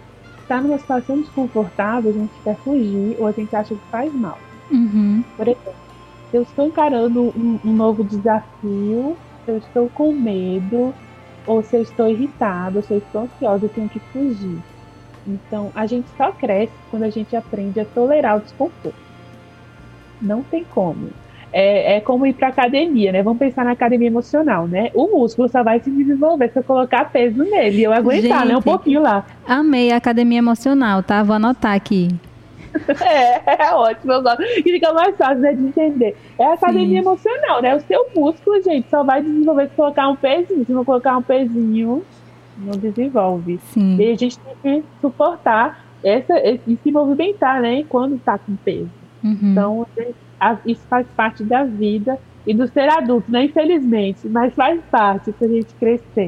C: está numa situação desconfortável, a gente quer fugir ou a gente acha que faz mal. Por exemplo, se eu estou encarando um novo desafio, se eu estou com medo, ou se eu estou irritada, ou se eu estou ansiosa, eu tenho que fugir. Então, a gente só cresce quando a gente aprende a tolerar o desconforto. Não tem como. É como ir para academia, né? Vamos pensar na academia emocional, né? O músculo só vai se desenvolver se eu colocar peso nele e eu aguentar, gente, né? Um pouquinho lá.
B: Amei a academia emocional, tá? Vou anotar aqui.
C: É ótimo, eu gosto. E fica mais fácil, né, de entender. É a academia emocional, né? O seu músculo, gente, só vai desenvolver se colocar um pezinho. Se não colocar um pezinho, não desenvolve.
B: Sim.
C: E a gente tem que suportar e se movimentar, né? Quando tá com peso. Então, isso faz parte da vida e do ser adulto, né? Infelizmente, mas faz parte pra gente crescer.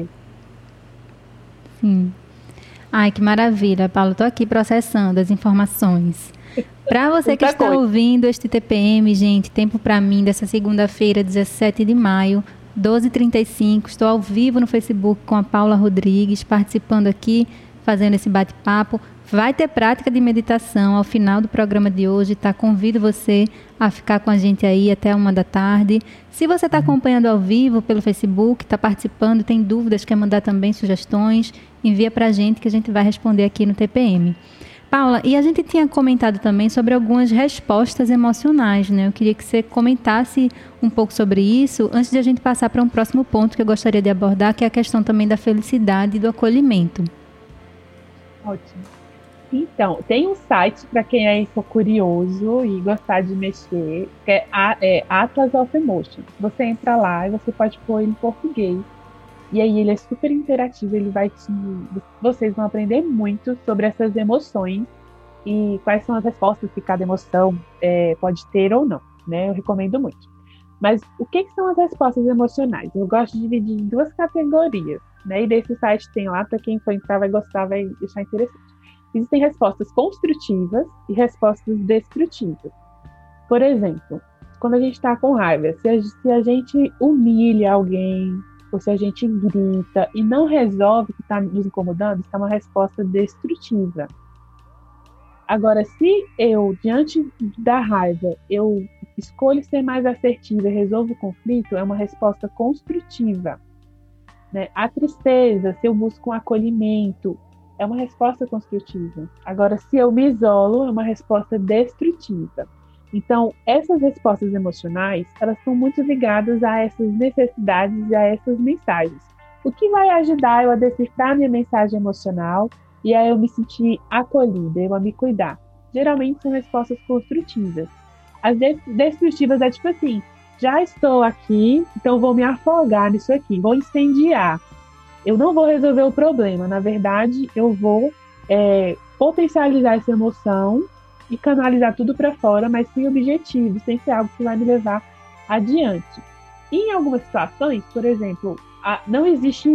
B: Sim. Ai, que maravilha, Paulo. Tô aqui processando as informações. Para você que está ouvindo este TPM, gente, tempo para mim dessa segunda-feira, 17 de maio, 12h35. Estou ao vivo no Facebook com a Paula Rodrigues, participando aqui, fazendo esse bate-papo. Vai ter prática de meditação ao final do programa de hoje, tá? Convido você a ficar com a gente aí até 13h. Se você está acompanhando ao vivo pelo Facebook, está participando, tem dúvidas, quer mandar também sugestões, envia para a gente que a gente vai responder aqui no TPM. Paula, e a gente tinha comentado também sobre algumas respostas emocionais, né? Eu queria que você comentasse um pouco sobre isso antes de a gente passar para um próximo ponto que eu gostaria de abordar, que é a questão também da felicidade e do acolhimento.
C: Ótimo. Então, tem um site para quem é curioso e gostar de mexer, que é Atlas of Emotions. Você entra lá e você pode pôr em português. E aí ele é super interativo, vocês vão aprender muito sobre essas emoções e quais são as respostas que cada emoção pode ter ou não, né? Eu recomendo muito. Mas o que são as respostas emocionais? Eu gosto de dividir em duas categorias, né? E desse site tem lá, para quem for entrar vai gostar, vai deixar interessante. Existem respostas construtivas e respostas destrutivas. Por exemplo, quando a gente está com raiva, se a gente humilha alguém, ou se a gente grita e não resolve o que está nos incomodando, isso é uma resposta destrutiva. Agora, se eu, diante da raiva, eu escolho ser mais assertiva e resolvo o conflito, é uma resposta construtiva. Né? A tristeza, se eu busco um acolhimento, é uma resposta construtiva. Agora, se eu me isolo, é uma resposta destrutiva. Então, essas respostas emocionais, elas estão muito ligadas a essas necessidades e a essas mensagens. O que vai ajudar eu a decifrar minha mensagem emocional e a eu me sentir acolhida, eu a me cuidar? Geralmente são respostas construtivas. As destrutivas é tipo assim, já estou aqui, então vou me afogar nisso aqui, vou incendiar. Eu não vou resolver o problema, na verdade, eu vou potencializar essa emoção e canalizar tudo para fora, mas sem objetivo, sem ser algo que vai me levar adiante. E em algumas situações, por exemplo, não existe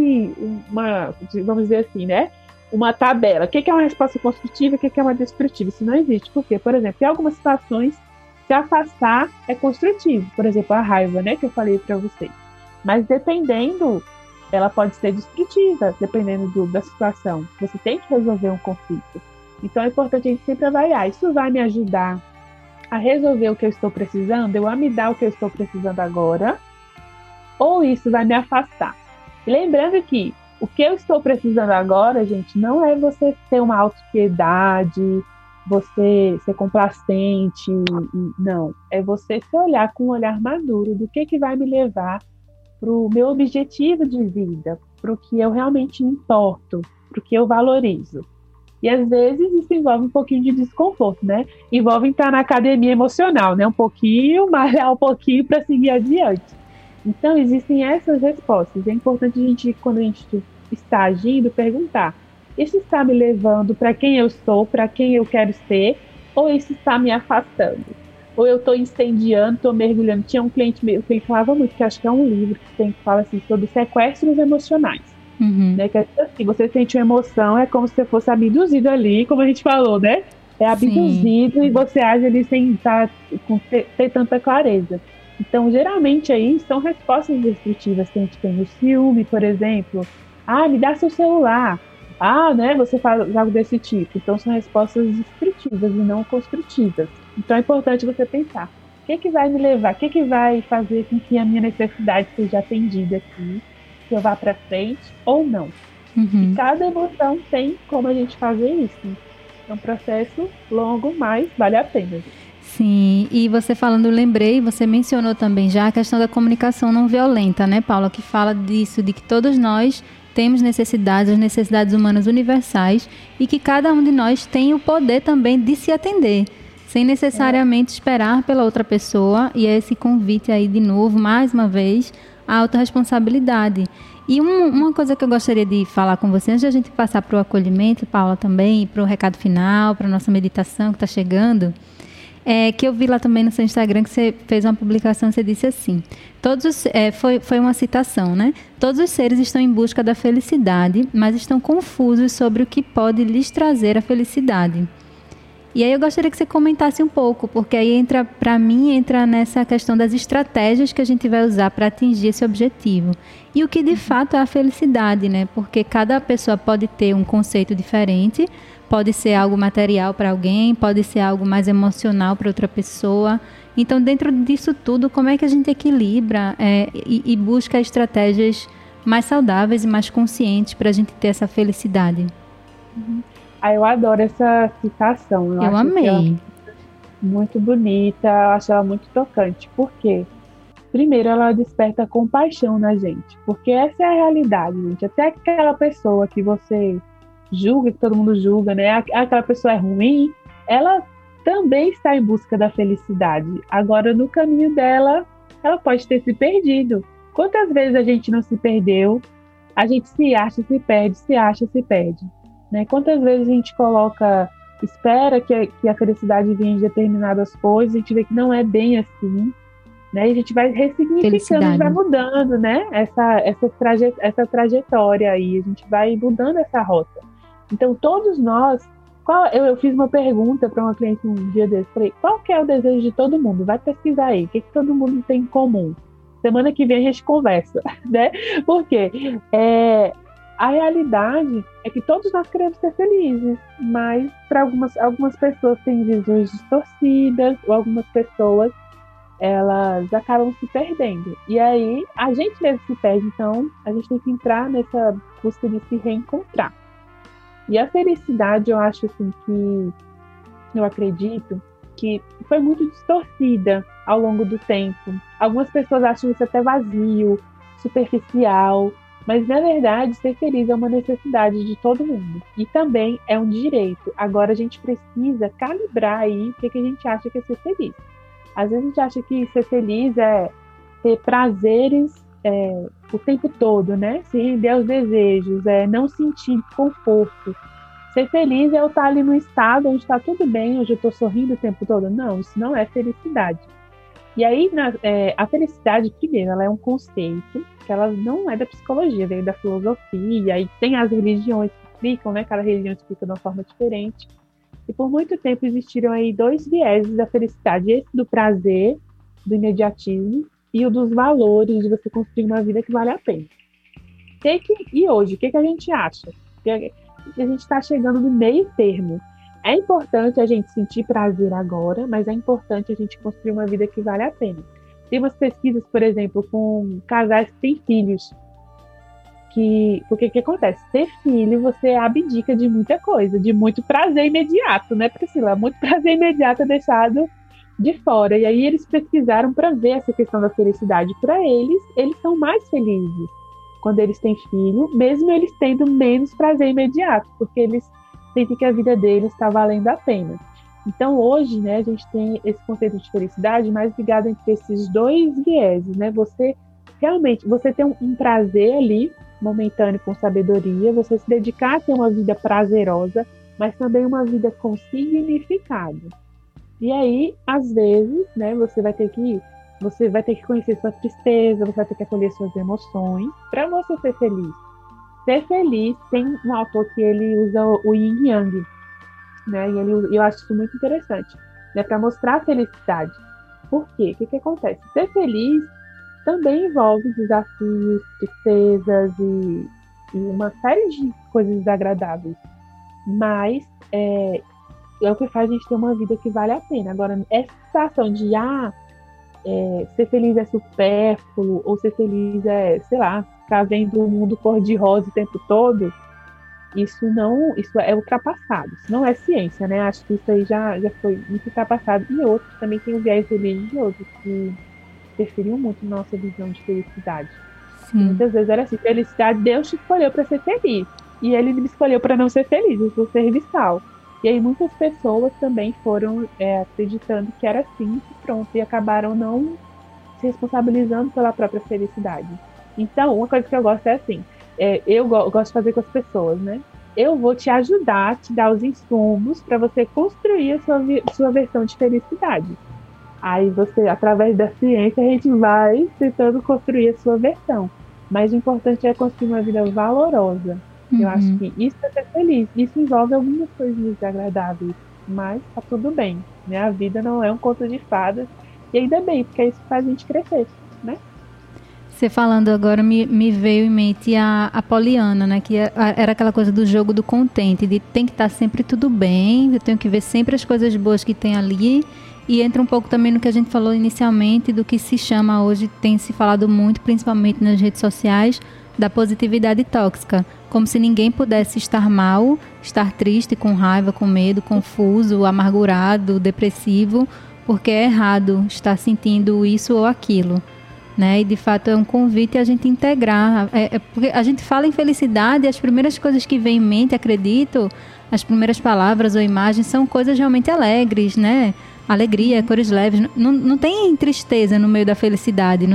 C: vamos dizer assim, né? Uma tabela. O que é uma resposta construtiva e o que é uma destrutiva? Isso não existe. Por quê? Por exemplo, em algumas situações, se afastar é construtivo. Por exemplo, a raiva, né? Que eu falei para vocês. Mas dependendo, ela pode ser destrutiva, dependendo da situação. Você tem que resolver um conflito. Então é importante a gente sempre avaliar. Isso vai me ajudar a resolver o que eu estou precisando? Eu a me dar o que eu estou precisando agora? Ou isso vai me afastar? E lembrando que o que eu estou precisando agora, gente, não é você ter uma autopiedade, você ser complacente, não. É você se olhar com um olhar maduro do que vai me levar para o meu objetivo de vida, para o que eu realmente importo, para o que eu valorizo. E às vezes isso envolve um pouquinho de desconforto, né? Envolve estar na academia emocional, né? Um pouquinho, malhar um pouquinho para seguir adiante. Então existem essas respostas. É importante a gente, quando a gente está agindo, perguntar: isso está me levando para quem eu sou, para quem eu quero ser, ou isso está me afastando? Ou eu estou incendiando, estou mergulhando? Tinha um cliente meu que ele falava muito, que acho que é um livro que fala assim, sobre sequestros emocionais. Né? Que é assim, você sente uma emoção, é como se você fosse abduzido ali, como a gente falou, né? É abduzido. Sim. E você age ali sem ter tanta clareza. Então, geralmente aí são respostas destrutivas que a gente tem no ciúme, por exemplo. Me dá seu celular. né, você faz algo desse tipo. Então, são respostas descritivas e não construtivas. Então, é importante você pensar, o que vai me levar, o que vai fazer com que a minha necessidade seja atendida aqui, que eu vá para frente ou não. E cada emoção tem como a gente fazer isso. É um processo longo, mas vale a pena.
B: Sim, e você falando, eu lembrei, você mencionou também já a questão da comunicação não violenta, né, Paula, que fala disso, de que todos nós temos necessidades, as necessidades humanas universais, e que cada um de nós tem o poder também de se atender, sem necessariamente esperar pela outra pessoa. E é esse convite aí de novo, mais uma vez, a autorresponsabilidade. E uma coisa que eu gostaria de falar com você, antes de a gente passar para o acolhimento, Paula, também, para o recado final, para a nossa meditação que está chegando, que eu vi lá também no seu Instagram que você fez uma publicação, você disse assim, foi uma citação, né? Todos os seres estão em busca da felicidade, mas estão confusos sobre o que pode lhes trazer a felicidade. E aí eu gostaria que você comentasse um pouco, porque aí para mim, entra nessa questão das estratégias que a gente vai usar para atingir esse objetivo. E o que de fato é a felicidade, né? Porque cada pessoa pode ter um conceito diferente, pode ser algo material para alguém, pode ser algo mais emocional para outra pessoa. Então, dentro disso tudo, como é que a gente equilibra e busca estratégias mais saudáveis e mais conscientes para a gente ter essa felicidade?
C: Eu adoro essa citação.
B: Eu amei.
C: Muito bonita, eu acho ela muito tocante. Por quê? Primeiro, ela desperta compaixão na gente, porque essa é a realidade, gente. Até aquela pessoa que você julga, que todo mundo julga, né? Aquela pessoa é ruim, ela também está em busca da felicidade. Agora, no caminho dela, ela pode ter se perdido. Quantas vezes a gente não se perdeu? A gente se acha, se perde, se acha, se perde. Né? Quantas vezes a gente espera que a felicidade venha de determinadas coisas, a gente vê que não é bem assim, né? E a gente vai ressignificando, a gente vai mudando, né? Essa trajetória aí, a gente vai mudando essa rota. Então, todos nós, eu fiz uma pergunta para uma cliente um dia desse, falei, qual que é o desejo de todo mundo? Vai pesquisar aí, o que todo mundo tem em comum? Semana que vem a gente conversa, né? Por quê? A realidade é que todos nós queremos ser felizes, mas para algumas pessoas têm visões distorcidas, ou algumas pessoas elas acabam se perdendo. E aí a gente mesmo se perde, então a gente tem que entrar nessa busca de se reencontrar. E a felicidade, eu acho assim eu acredito que foi muito distorcida ao longo do tempo. Algumas pessoas acham isso até vazio, superficial, mas, na verdade, ser feliz é uma necessidade de todo mundo. E também é um direito. Agora, a gente precisa calibrar aí o que a gente acha que é ser feliz. Às vezes, a gente acha que ser feliz é ter prazeres o tempo todo, né? Se render aos desejos, não sentir conforto. Ser feliz é eu estar ali no estado onde está tudo bem, onde eu estou sorrindo o tempo todo. Não, isso não é felicidade. E aí, a felicidade, primeiro, ela é um conceito que ela não é da psicologia, veio da filosofia, e tem as religiões que explicam, né? Cada religião explica de uma forma diferente. E por muito tempo existiram aí 2 vieses da felicidade, esse do prazer, do imediatismo, e o dos valores, de você construir uma vida que vale a pena. E hoje, o que a gente acha? Que a gente está chegando no meio termo. É importante a gente sentir prazer agora, mas é importante a gente construir uma vida que vale a pena. Tem umas pesquisas, por exemplo, com casais que têm filhos. Porque o que acontece? Ter filho, você abdica de muita coisa, de muito prazer imediato, né, Priscila? Muito prazer imediato é deixado de fora. E aí eles pesquisaram para ver essa questão da felicidade. Para eles são mais felizes quando eles têm filho, mesmo eles tendo menos prazer imediato, porque eles sentem que a vida deles está valendo a pena. Então, hoje, né, a gente tem esse conceito de felicidade mais ligado entre esses 2 vieses, né? Você tem um prazer ali, momentâneo, com sabedoria, você se dedicar a ter uma vida prazerosa, mas também uma vida com significado. E aí, às vezes, né, você vai ter que conhecer sua tristeza, você vai ter que acolher suas emoções para você ser feliz. Ser feliz, tem um autor que ele usa o Yin Yang, né? E eu acho isso muito interessante, né? Para mostrar a felicidade. Por quê? O que acontece? Ser feliz também envolve desafios, tristezas e uma série de coisas desagradáveis. Mas é o que faz a gente ter uma vida que vale a pena. Agora, essa sensação de ser feliz é supérfluo, ou ser feliz é, sei lá, ficar vendo o mundo cor-de-rosa o tempo todo, isso é ultrapassado. Isso não é ciência, né? Acho que isso aí já foi muito ultrapassado. E outros também tem o viés religioso, que interferiu muito na nossa visão de felicidade. Muitas vezes era assim, felicidade, Deus te escolheu para ser feliz. E ele me escolheu para não ser feliz, eu sou serviçal. E aí muitas pessoas também foram acreditando que era assim, e pronto, e acabaram não se responsabilizando pela própria felicidade. Então, uma coisa que eu gosto é assim, eu gosto de fazer com as pessoas, né? Eu vou te ajudar, te dar os insumos para você construir a sua versão de felicidade. Aí você, através da ciência, a gente vai tentando construir a sua versão. Mas o importante é construir uma vida valorosa. Eu acho que isso é ser feliz. Isso envolve algumas coisas desagradáveis, mas tá tudo bem, né? A vida não é um conto de fadas. E ainda bem, porque isso faz a gente crescer, né?
B: Você falando agora me veio em mente a Poliana, né? Que era aquela coisa do jogo do contente, de tem que estar sempre tudo bem, eu tenho que ver sempre as coisas boas que tem ali. E entra um pouco também no que a gente falou inicialmente, do que se chama hoje, tem se falado muito, principalmente nas redes sociais, da positividade tóxica. Como se ninguém pudesse estar mal, estar triste, com raiva, com medo, confuso, amargurado, depressivo, porque é errado estar sentindo isso ou aquilo, né? E de fato é um convite a gente integrar. Porque a gente fala em felicidade e as primeiras coisas que vem em mente, acredito, as primeiras palavras ou imagens são coisas realmente alegres, né? Alegria, cores leves, não tem tristeza no meio da felicidade,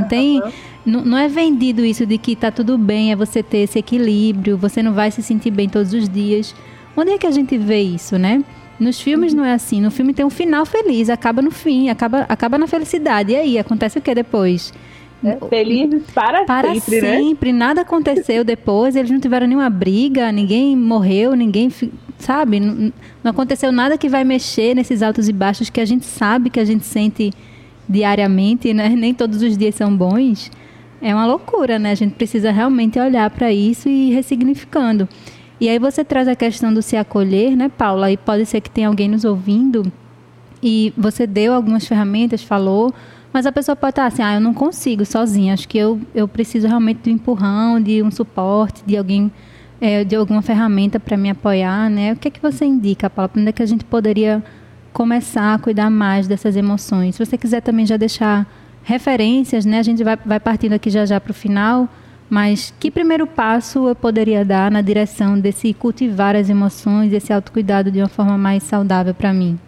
B: não é vendido isso de que tá tudo bem, é você ter esse equilíbrio, você não vai se sentir bem todos os dias. Onde é que a gente vê isso, né? Nos filmes não é assim, no filme tem um final feliz, acaba no fim, acaba na felicidade, e aí, acontece o que depois?
C: Felizes para sempre,
B: né? Nada aconteceu depois, eles não tiveram nenhuma briga, ninguém morreu, ninguém, sabe? Não aconteceu nada que vai mexer nesses altos e baixos que a gente sabe, que a gente sente diariamente, né? Nem todos os dias são bons. É uma loucura, né? A gente precisa realmente olhar para isso e ir ressignificando. E aí você traz a questão do se acolher, né, Paula? E pode ser que tenha alguém nos ouvindo e você deu algumas ferramentas, falou, mas a pessoa pode estar assim, eu não consigo sozinha, acho que eu preciso realmente de um empurrão, de um suporte, de alguém, de alguma ferramenta para me apoiar, né? O que é que você indica, Paula? Para onde é que a gente poderia começar a cuidar mais dessas emoções? Se você quiser também já deixar referências, né? A gente vai partindo aqui já para o final, mas que primeiro passo eu poderia dar na direção desse cultivar as emoções, desse autocuidado de uma forma mais saudável para mim?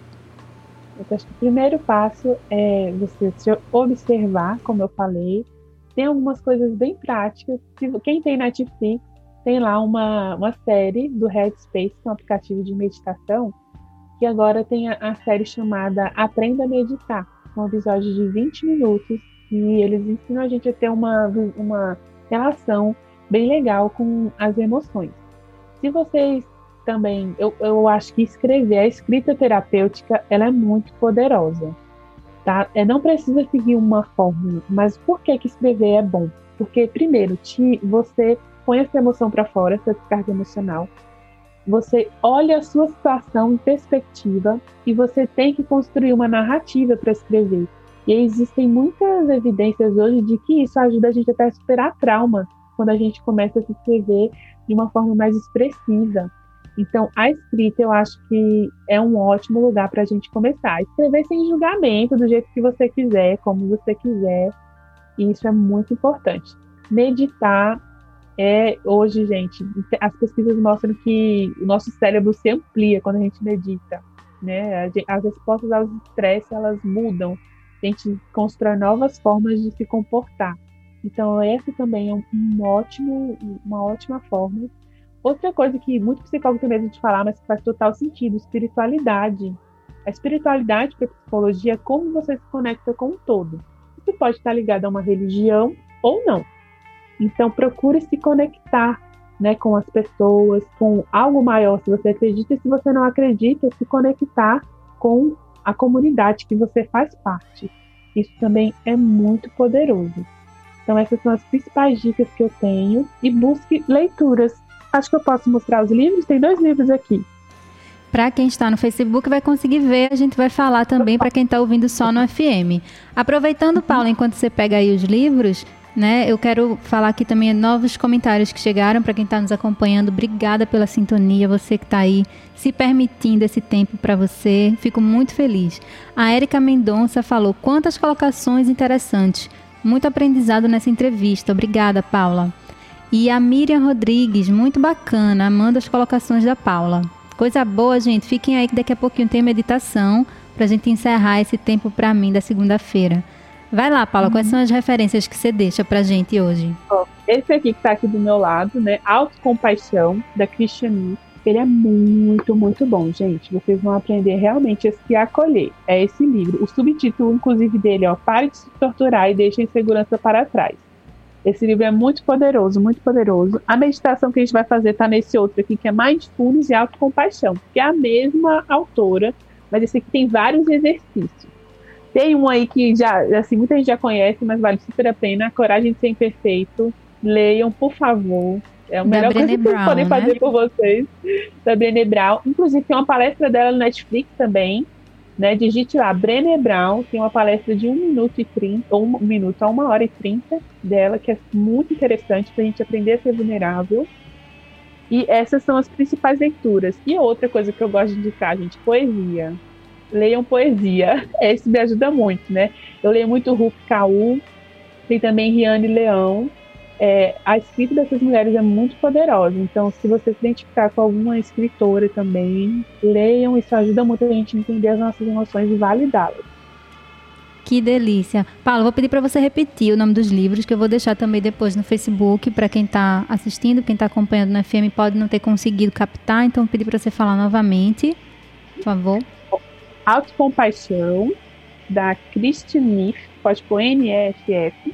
C: Eu acho que o primeiro passo é você se observar, como eu falei. Tem algumas coisas bem práticas. Quem tem Netflix, tem lá uma série do Headspace, que é um aplicativo de meditação, que agora tem a série chamada Aprenda a Meditar. Um episódio de 20 minutos, e eles ensinam a gente a ter uma relação bem legal com as emoções. Se vocês também, eu acho que escrever, a escrita terapêutica, ela é muito poderosa, tá? Não precisa seguir uma fórmula, mas por que escrever é bom? Porque, primeiro, você põe essa emoção para fora, essa descarga emocional, você olha a sua situação em perspectiva e você tem que construir uma narrativa para escrever. E existem muitas evidências hoje de que isso ajuda a gente até a superar trauma, quando a gente começa a se escrever de uma forma mais expressiva. Então, a escrita, eu acho que é um ótimo lugar para a gente começar. Escrever sem julgamento, do jeito que você quiser, como você quiser. E isso é muito importante. Meditar hoje, gente, as pesquisas mostram que o nosso cérebro se amplia quando a gente medita, né? As respostas aos estresses, elas mudam. A gente constrói novas formas de se comportar. Então, essa também é uma ótima forma. Outra coisa que muito psicólogo tem medo de falar, mas que faz total sentido, espiritualidade. A espiritualidade para a psicologia é como você se conecta com o todo. Isso pode estar ligado a uma religião ou não. Então, procure se conectar, né, com as pessoas, com algo maior, se você acredita, e se você não acredita, se conectar com a comunidade que você faz parte. Isso também é muito poderoso. Então essas são as principais dicas que eu tenho. E busque leituras. Acho que eu posso mostrar os livros. Tem 2 livros aqui.
B: Para quem está no Facebook vai conseguir ver, a gente vai falar também para quem está ouvindo só no FM. Aproveitando, Paula, enquanto você pega aí os livros, né, eu quero falar aqui também novos comentários que chegaram para quem está nos acompanhando. Obrigada pela sintonia, você que está aí se permitindo esse tempo para você. Fico muito feliz. A Érica Mendonça falou, quantas colocações interessantes. Muito aprendizado nessa entrevista. Obrigada, Paula. E a Miriam Rodrigues, muito bacana, amando as colocações da Paula. Coisa boa, gente. Fiquem aí que daqui a pouquinho tem meditação para a gente encerrar esse tempo para mim da segunda-feira. Vai lá, Paula, quais são as referências que você deixa pra gente hoje?
C: Esse aqui que tá aqui do meu lado, né? Autocompaixão, da Christian Neff. Ele é muito, muito bom, gente. Vocês vão aprender realmente a se acolher. É esse livro. O subtítulo, inclusive, dele, ó, Pare de se torturar e deixe a insegurança para trás. Esse livro é muito poderoso, muito poderoso. A meditação que a gente vai fazer tá nesse outro aqui, que é Mindfulness e Autocompaixão, que é a mesma autora, mas esse aqui tem vários exercícios. Tem um aí que já, assim, muita gente já conhece, mas vale super a pena, Coragem de Ser Imperfeito. Leiam, por favor. É a melhor coisa que vocês podem fazer por vocês. Da Brené Brown. Inclusive, tem uma palestra dela no Netflix também. Né? Digite lá, Brené Brown. Tem uma palestra de 1 minuto e 30, ou 1 minuto a 1h30 dela, que é muito interessante para a gente aprender a ser vulnerável. E essas são as principais leituras. E outra coisa que eu gosto de indicar, gente, poesia. Leiam poesia. Esse me ajuda muito, né? Eu leio muito Rupi Kaur, tem também Riane Leão. A escrita dessas mulheres é muito poderosa. Então, se você se identificar com alguma escritora também, leiam. Isso ajuda muito a gente a entender as nossas emoções e validá-las.
B: Que delícia. Paulo, vou pedir para você repetir o nome dos livros, que eu vou deixar também depois no Facebook, para quem está assistindo, quem está acompanhando no FM pode não ter conseguido captar, então vou pedir para você falar novamente, por favor.
C: Autocompaixão, da Christian Neff, pode pôr N-E-F-F.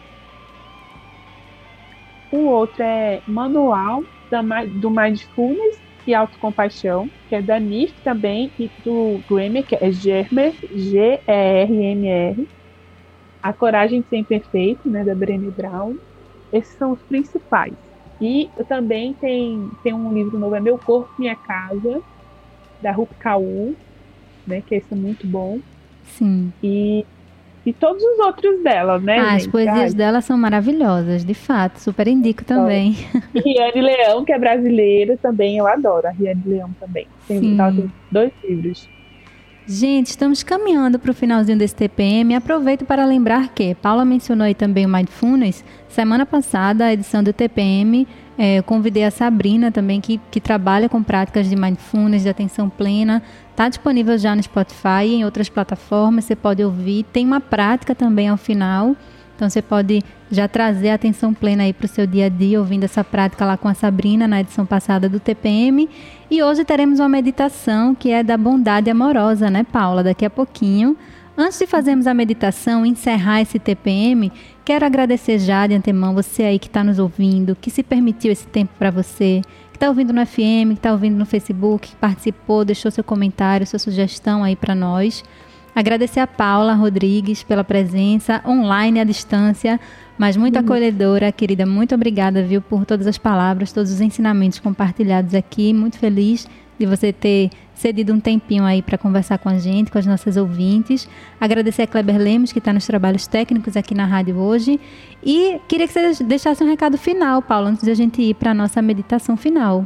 C: O outro é Manual do Mindfulness e Autocompaixão, que é da Neff também, e do Graemer, que é Germer, G-E-R-M-R. A Coragem de Ser Imperfeito, né, da Brené Brown. Esses são os principais. E também tem um livro novo, é Meu Corpo, Minha Casa, da Rupi Kaur, né, que esse é muito bom.
B: Sim.
C: E todos os outros dela, né, gente?
B: As poesias dela são maravilhosas, de fato. Super indico também.
C: E Riane Leão, que é brasileira, também eu adoro. A Riane Leão também. Tem 2 livros.
B: Gente, estamos caminhando para o finalzinho desse TPM. Aproveito para lembrar que Paula mencionou aí também o Mindfulness. Semana passada, a edição do TPM, eu convidei a Sabrina também, que trabalha com práticas de Mindfulness, de atenção plena. Está disponível já no Spotify e em outras plataformas, você pode ouvir. Tem uma prática também ao final, então você pode já trazer a atenção plena aí para o seu dia a dia, ouvindo essa prática lá com a Sabrina na edição passada do TPM. E hoje teremos uma meditação que é da bondade amorosa, né, Paula? Daqui a pouquinho. Antes de fazermos a meditação e encerrar esse TPM, quero agradecer já de antemão você aí que está nos ouvindo, que se permitiu esse tempo para você, que está ouvindo no FM, que está ouvindo no Facebook, que participou, deixou seu comentário, sua sugestão aí para nós. Agradecer a Paula Rodrigues pela presença online à distância, mas muito acolhedora, querida. Muito obrigada, viu, por todas as palavras, todos os ensinamentos compartilhados aqui. Muito feliz de você ter cedido um tempinho aí para conversar com a gente, com as nossas ouvintes. Agradecer a Kleber Lemos, que está nos trabalhos técnicos aqui na rádio hoje. E queria que você deixasse um recado final, Paula, antes de a gente ir para a nossa meditação final.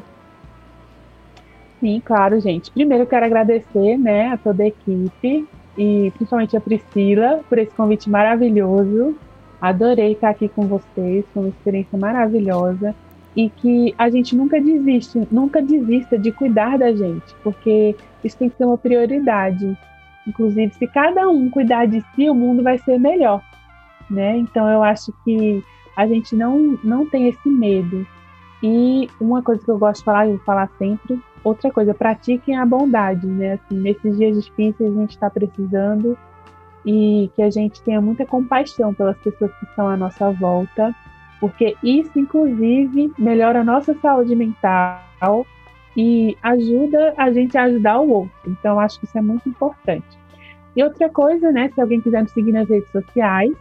C: Sim, claro, gente. Primeiro eu quero agradecer, né, a toda a equipe e principalmente a Priscila por esse convite maravilhoso. Adorei estar aqui com vocês, foi uma experiência maravilhosa. E que a gente nunca desista de cuidar da gente, porque isso tem que ser uma prioridade. Inclusive, se cada um cuidar de si, o mundo vai ser melhor, né? Então, eu acho que a gente não tem esse medo. E uma coisa que eu gosto de falar, eu vou falar sempre, outra coisa, pratiquem a bondade, né? Assim, nesses dias difíceis, a gente está precisando e que a gente tenha muita compaixão pelas pessoas que estão à nossa volta, porque isso, inclusive, melhora a nossa saúde mental e ajuda a gente a ajudar o outro. Então, acho que isso é muito importante. E outra coisa, né, se alguém quiser nos seguir nas redes sociais,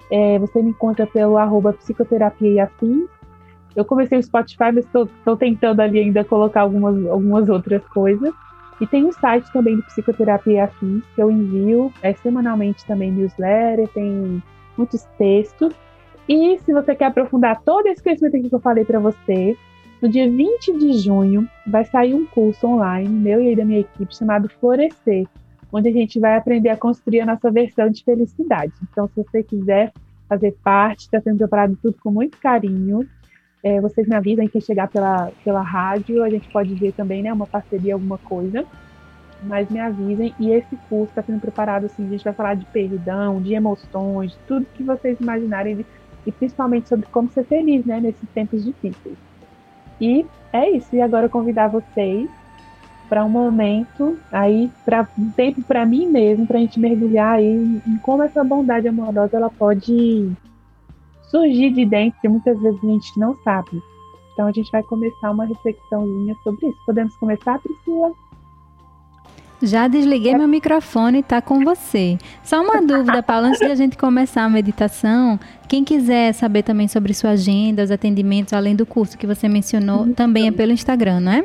C: Você me encontra pelo @psicoterapia e afins. Eu comecei o Spotify, mas estou tentando ali ainda colocar algumas outras coisas. E tem o site também do Psicoterapia e Afins, que eu envio semanalmente também newsletter, tem muitos textos. E se você quer aprofundar todo esse conhecimento aqui que eu falei para você, no dia 20 de junho vai sair um curso online, meu e aí da minha equipe, chamado Florescer, onde a gente vai aprender a construir a nossa versão de felicidade. Então, se você quiser fazer parte, está sendo preparado tudo com muito carinho. Vocês me avisam que chegar pela rádio, a gente pode ver também, né, uma parceria, alguma coisa, mas me avisem. E esse curso está sendo preparado, assim, a gente vai falar de perdão, de emoções, de tudo que vocês imaginarem, e principalmente sobre como ser feliz, né, nesses tempos difíceis. E é isso, e agora eu convidar vocês para um momento, aí, para um tempo para mim mesmo, para a gente mergulhar aí em como essa bondade amorosa ela pode surgir de dentro, que muitas vezes a gente não sabe. Então a gente vai começar uma reflexãozinha sobre isso. Podemos começar, Priscila?
B: Já desliguei meu microfone e está com você. Só uma dúvida, Paula, antes de a gente começar a meditação, quem quiser saber também sobre sua agenda, os atendimentos, além do curso que você mencionou, também é pelo Instagram, não é?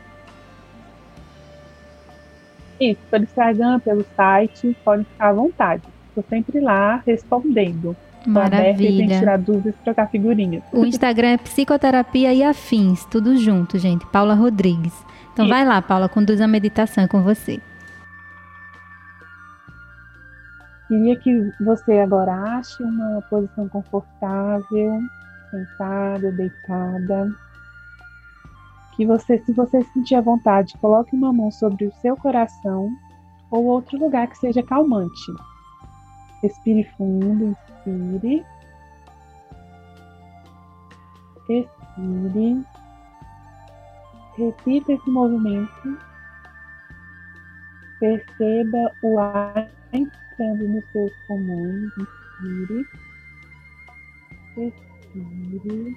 C: Isso, pelo Instagram, pelo site, podem ficar à vontade. Estou sempre lá respondendo.
B: Maravilha.
C: Tem que tirar dúvidas e trocar figurinhas.
B: O Instagram é Psicoterapia e Afins, tudo junto, gente. Paula Rodrigues. Então vai lá, Paula, conduz a meditação com você.
C: Queria que você agora ache uma posição confortável, sentada, deitada. Que você, se você sentir à vontade, coloque uma mão sobre o seu coração ou outro lugar que seja calmante. Respire fundo, inspire. Expire. Repita esse movimento. Perceba o ar entrando nos seus pulmões. Inspire. Expire.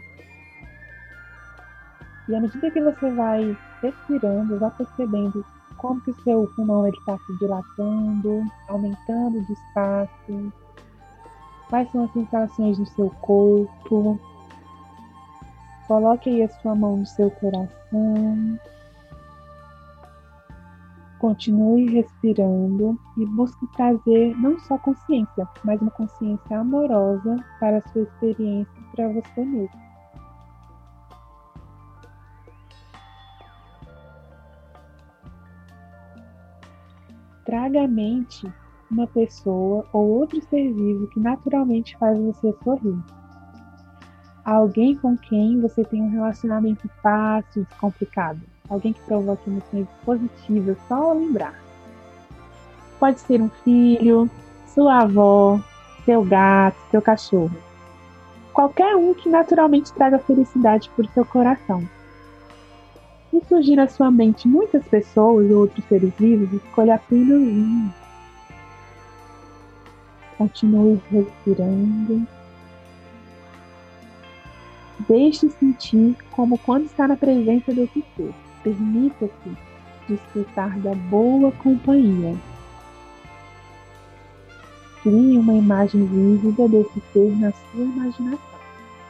C: E à medida que você vai respirando, vá percebendo como que o seu pulmão está se dilatando, aumentando de espaço. Quais são as sensações no seu corpo? Coloque aí a sua mão no seu coração. Continue respirando e busque trazer não só consciência, mas uma consciência amorosa para a sua experiência e para você mesmo. Traga à mente uma pessoa ou outro ser vivo que naturalmente faz você sorrir. Alguém com quem você tem um relacionamento fácil e descomplicado. Alguém que provoca emoções positivas só ao lembrar. Pode ser um filho, sua avó, seu gato, seu cachorro. Qualquer um que naturalmente traga felicidade para o seu coração. Se surgir na sua mente muitas pessoas ou outros seres vivos, escolha apenas um. Continue respirando. Deixe sentir como quando está na presença desse ser. Permita-se desfrutar da boa companhia. Crie uma imagem vívida desse ser na sua imaginação.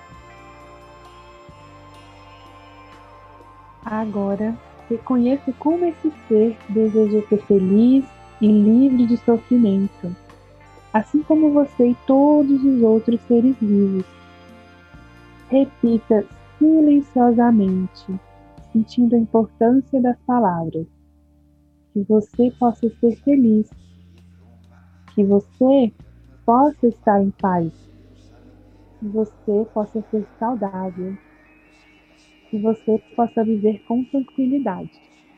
C: Agora, reconheça como esse ser deseja ser feliz e livre de sofrimento, assim como você e todos os outros seres vivos. Repita silenciosamente, sentindo a importância das palavras. Que você possa ser feliz. Que você possa estar em paz. Que você possa ser saudável. Que você possa viver com tranquilidade.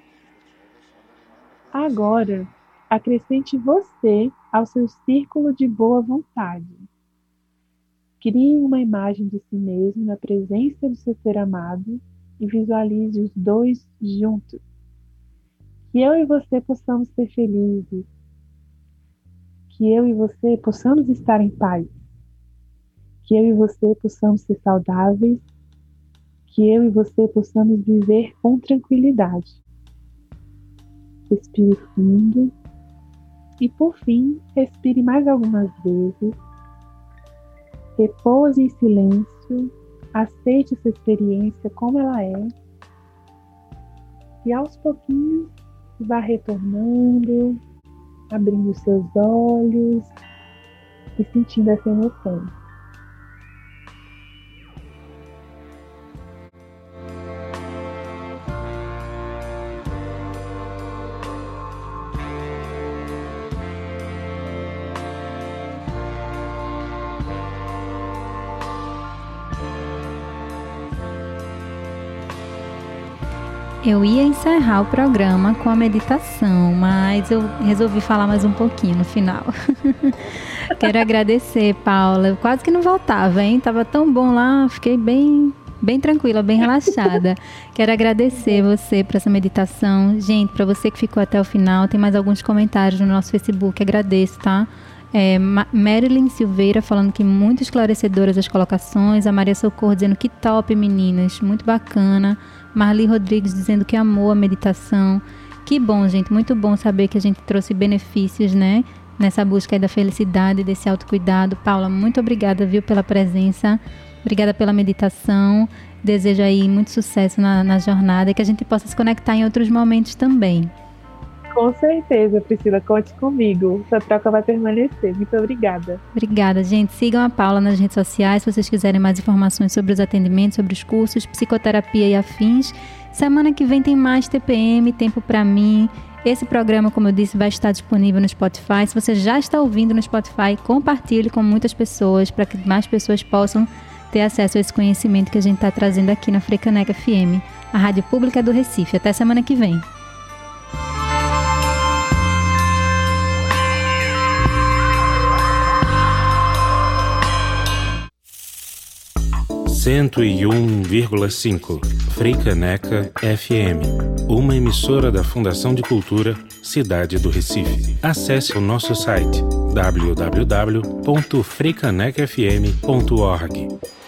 C: Agora, acrescente você ao seu círculo de boa vontade. Crie uma imagem de si mesmo na presença do seu ser amado e visualize os dois juntos. Que eu e você possamos ser felizes. Que eu e você possamos estar em paz. Que eu e você possamos ser saudáveis. Que eu e você possamos viver com tranquilidade. Respire fundo. E por fim, respire mais algumas vezes. repouse em silêncio, aceite essa experiência como ela é, e aos pouquinhos vá retornando, abrindo seus olhos e sentindo essa emoção.
B: Eu ia encerrar o programa com a meditação, mas eu resolvi falar mais um pouquinho no final. Quero agradecer, Paula. Eu quase que não voltava, hein? Tava tão bom lá, fiquei bem tranquila, bem relaxada. Quero agradecer você por essa meditação. Gente, para você que ficou até o final, tem mais alguns comentários no nosso Facebook. Agradeço, tá? Marilyn Silveira falando que muito esclarecedoras as colocações. A Maria Socorro dizendo que top, meninas, muito bacana. Marli Rodrigues dizendo que amou a meditação. Que bom, gente, muito bom saber que a gente trouxe benefícios, né, nessa busca aí da felicidade, desse autocuidado. Paula, muito obrigada, viu, pela presença, obrigada pela meditação. Desejo aí muito sucesso na jornada e que a gente possa se conectar em outros momentos também.
C: Com certeza, Priscila, conte comigo. Essa troca vai permanecer. Muito obrigada.
B: Obrigada, gente. Sigam a Paula nas redes sociais se vocês quiserem mais informações sobre os atendimentos, sobre os cursos, psicoterapia e afins. Semana que vem tem mais TPM, Tempo Pra Mim. Esse programa, como eu disse, vai estar disponível no Spotify. Se você já está ouvindo no Spotify, compartilhe com muitas pessoas para que mais pessoas possam ter acesso a esse conhecimento que a gente está trazendo aqui na Frecaneca FM, a Rádio Pública do Recife. Até semana que vem.
A: Cento e 1,5 Frecaneca FM, uma emissora da Fundação de Cultura Cidade do Recife. Acesse o nosso site www.frecanecafm.org.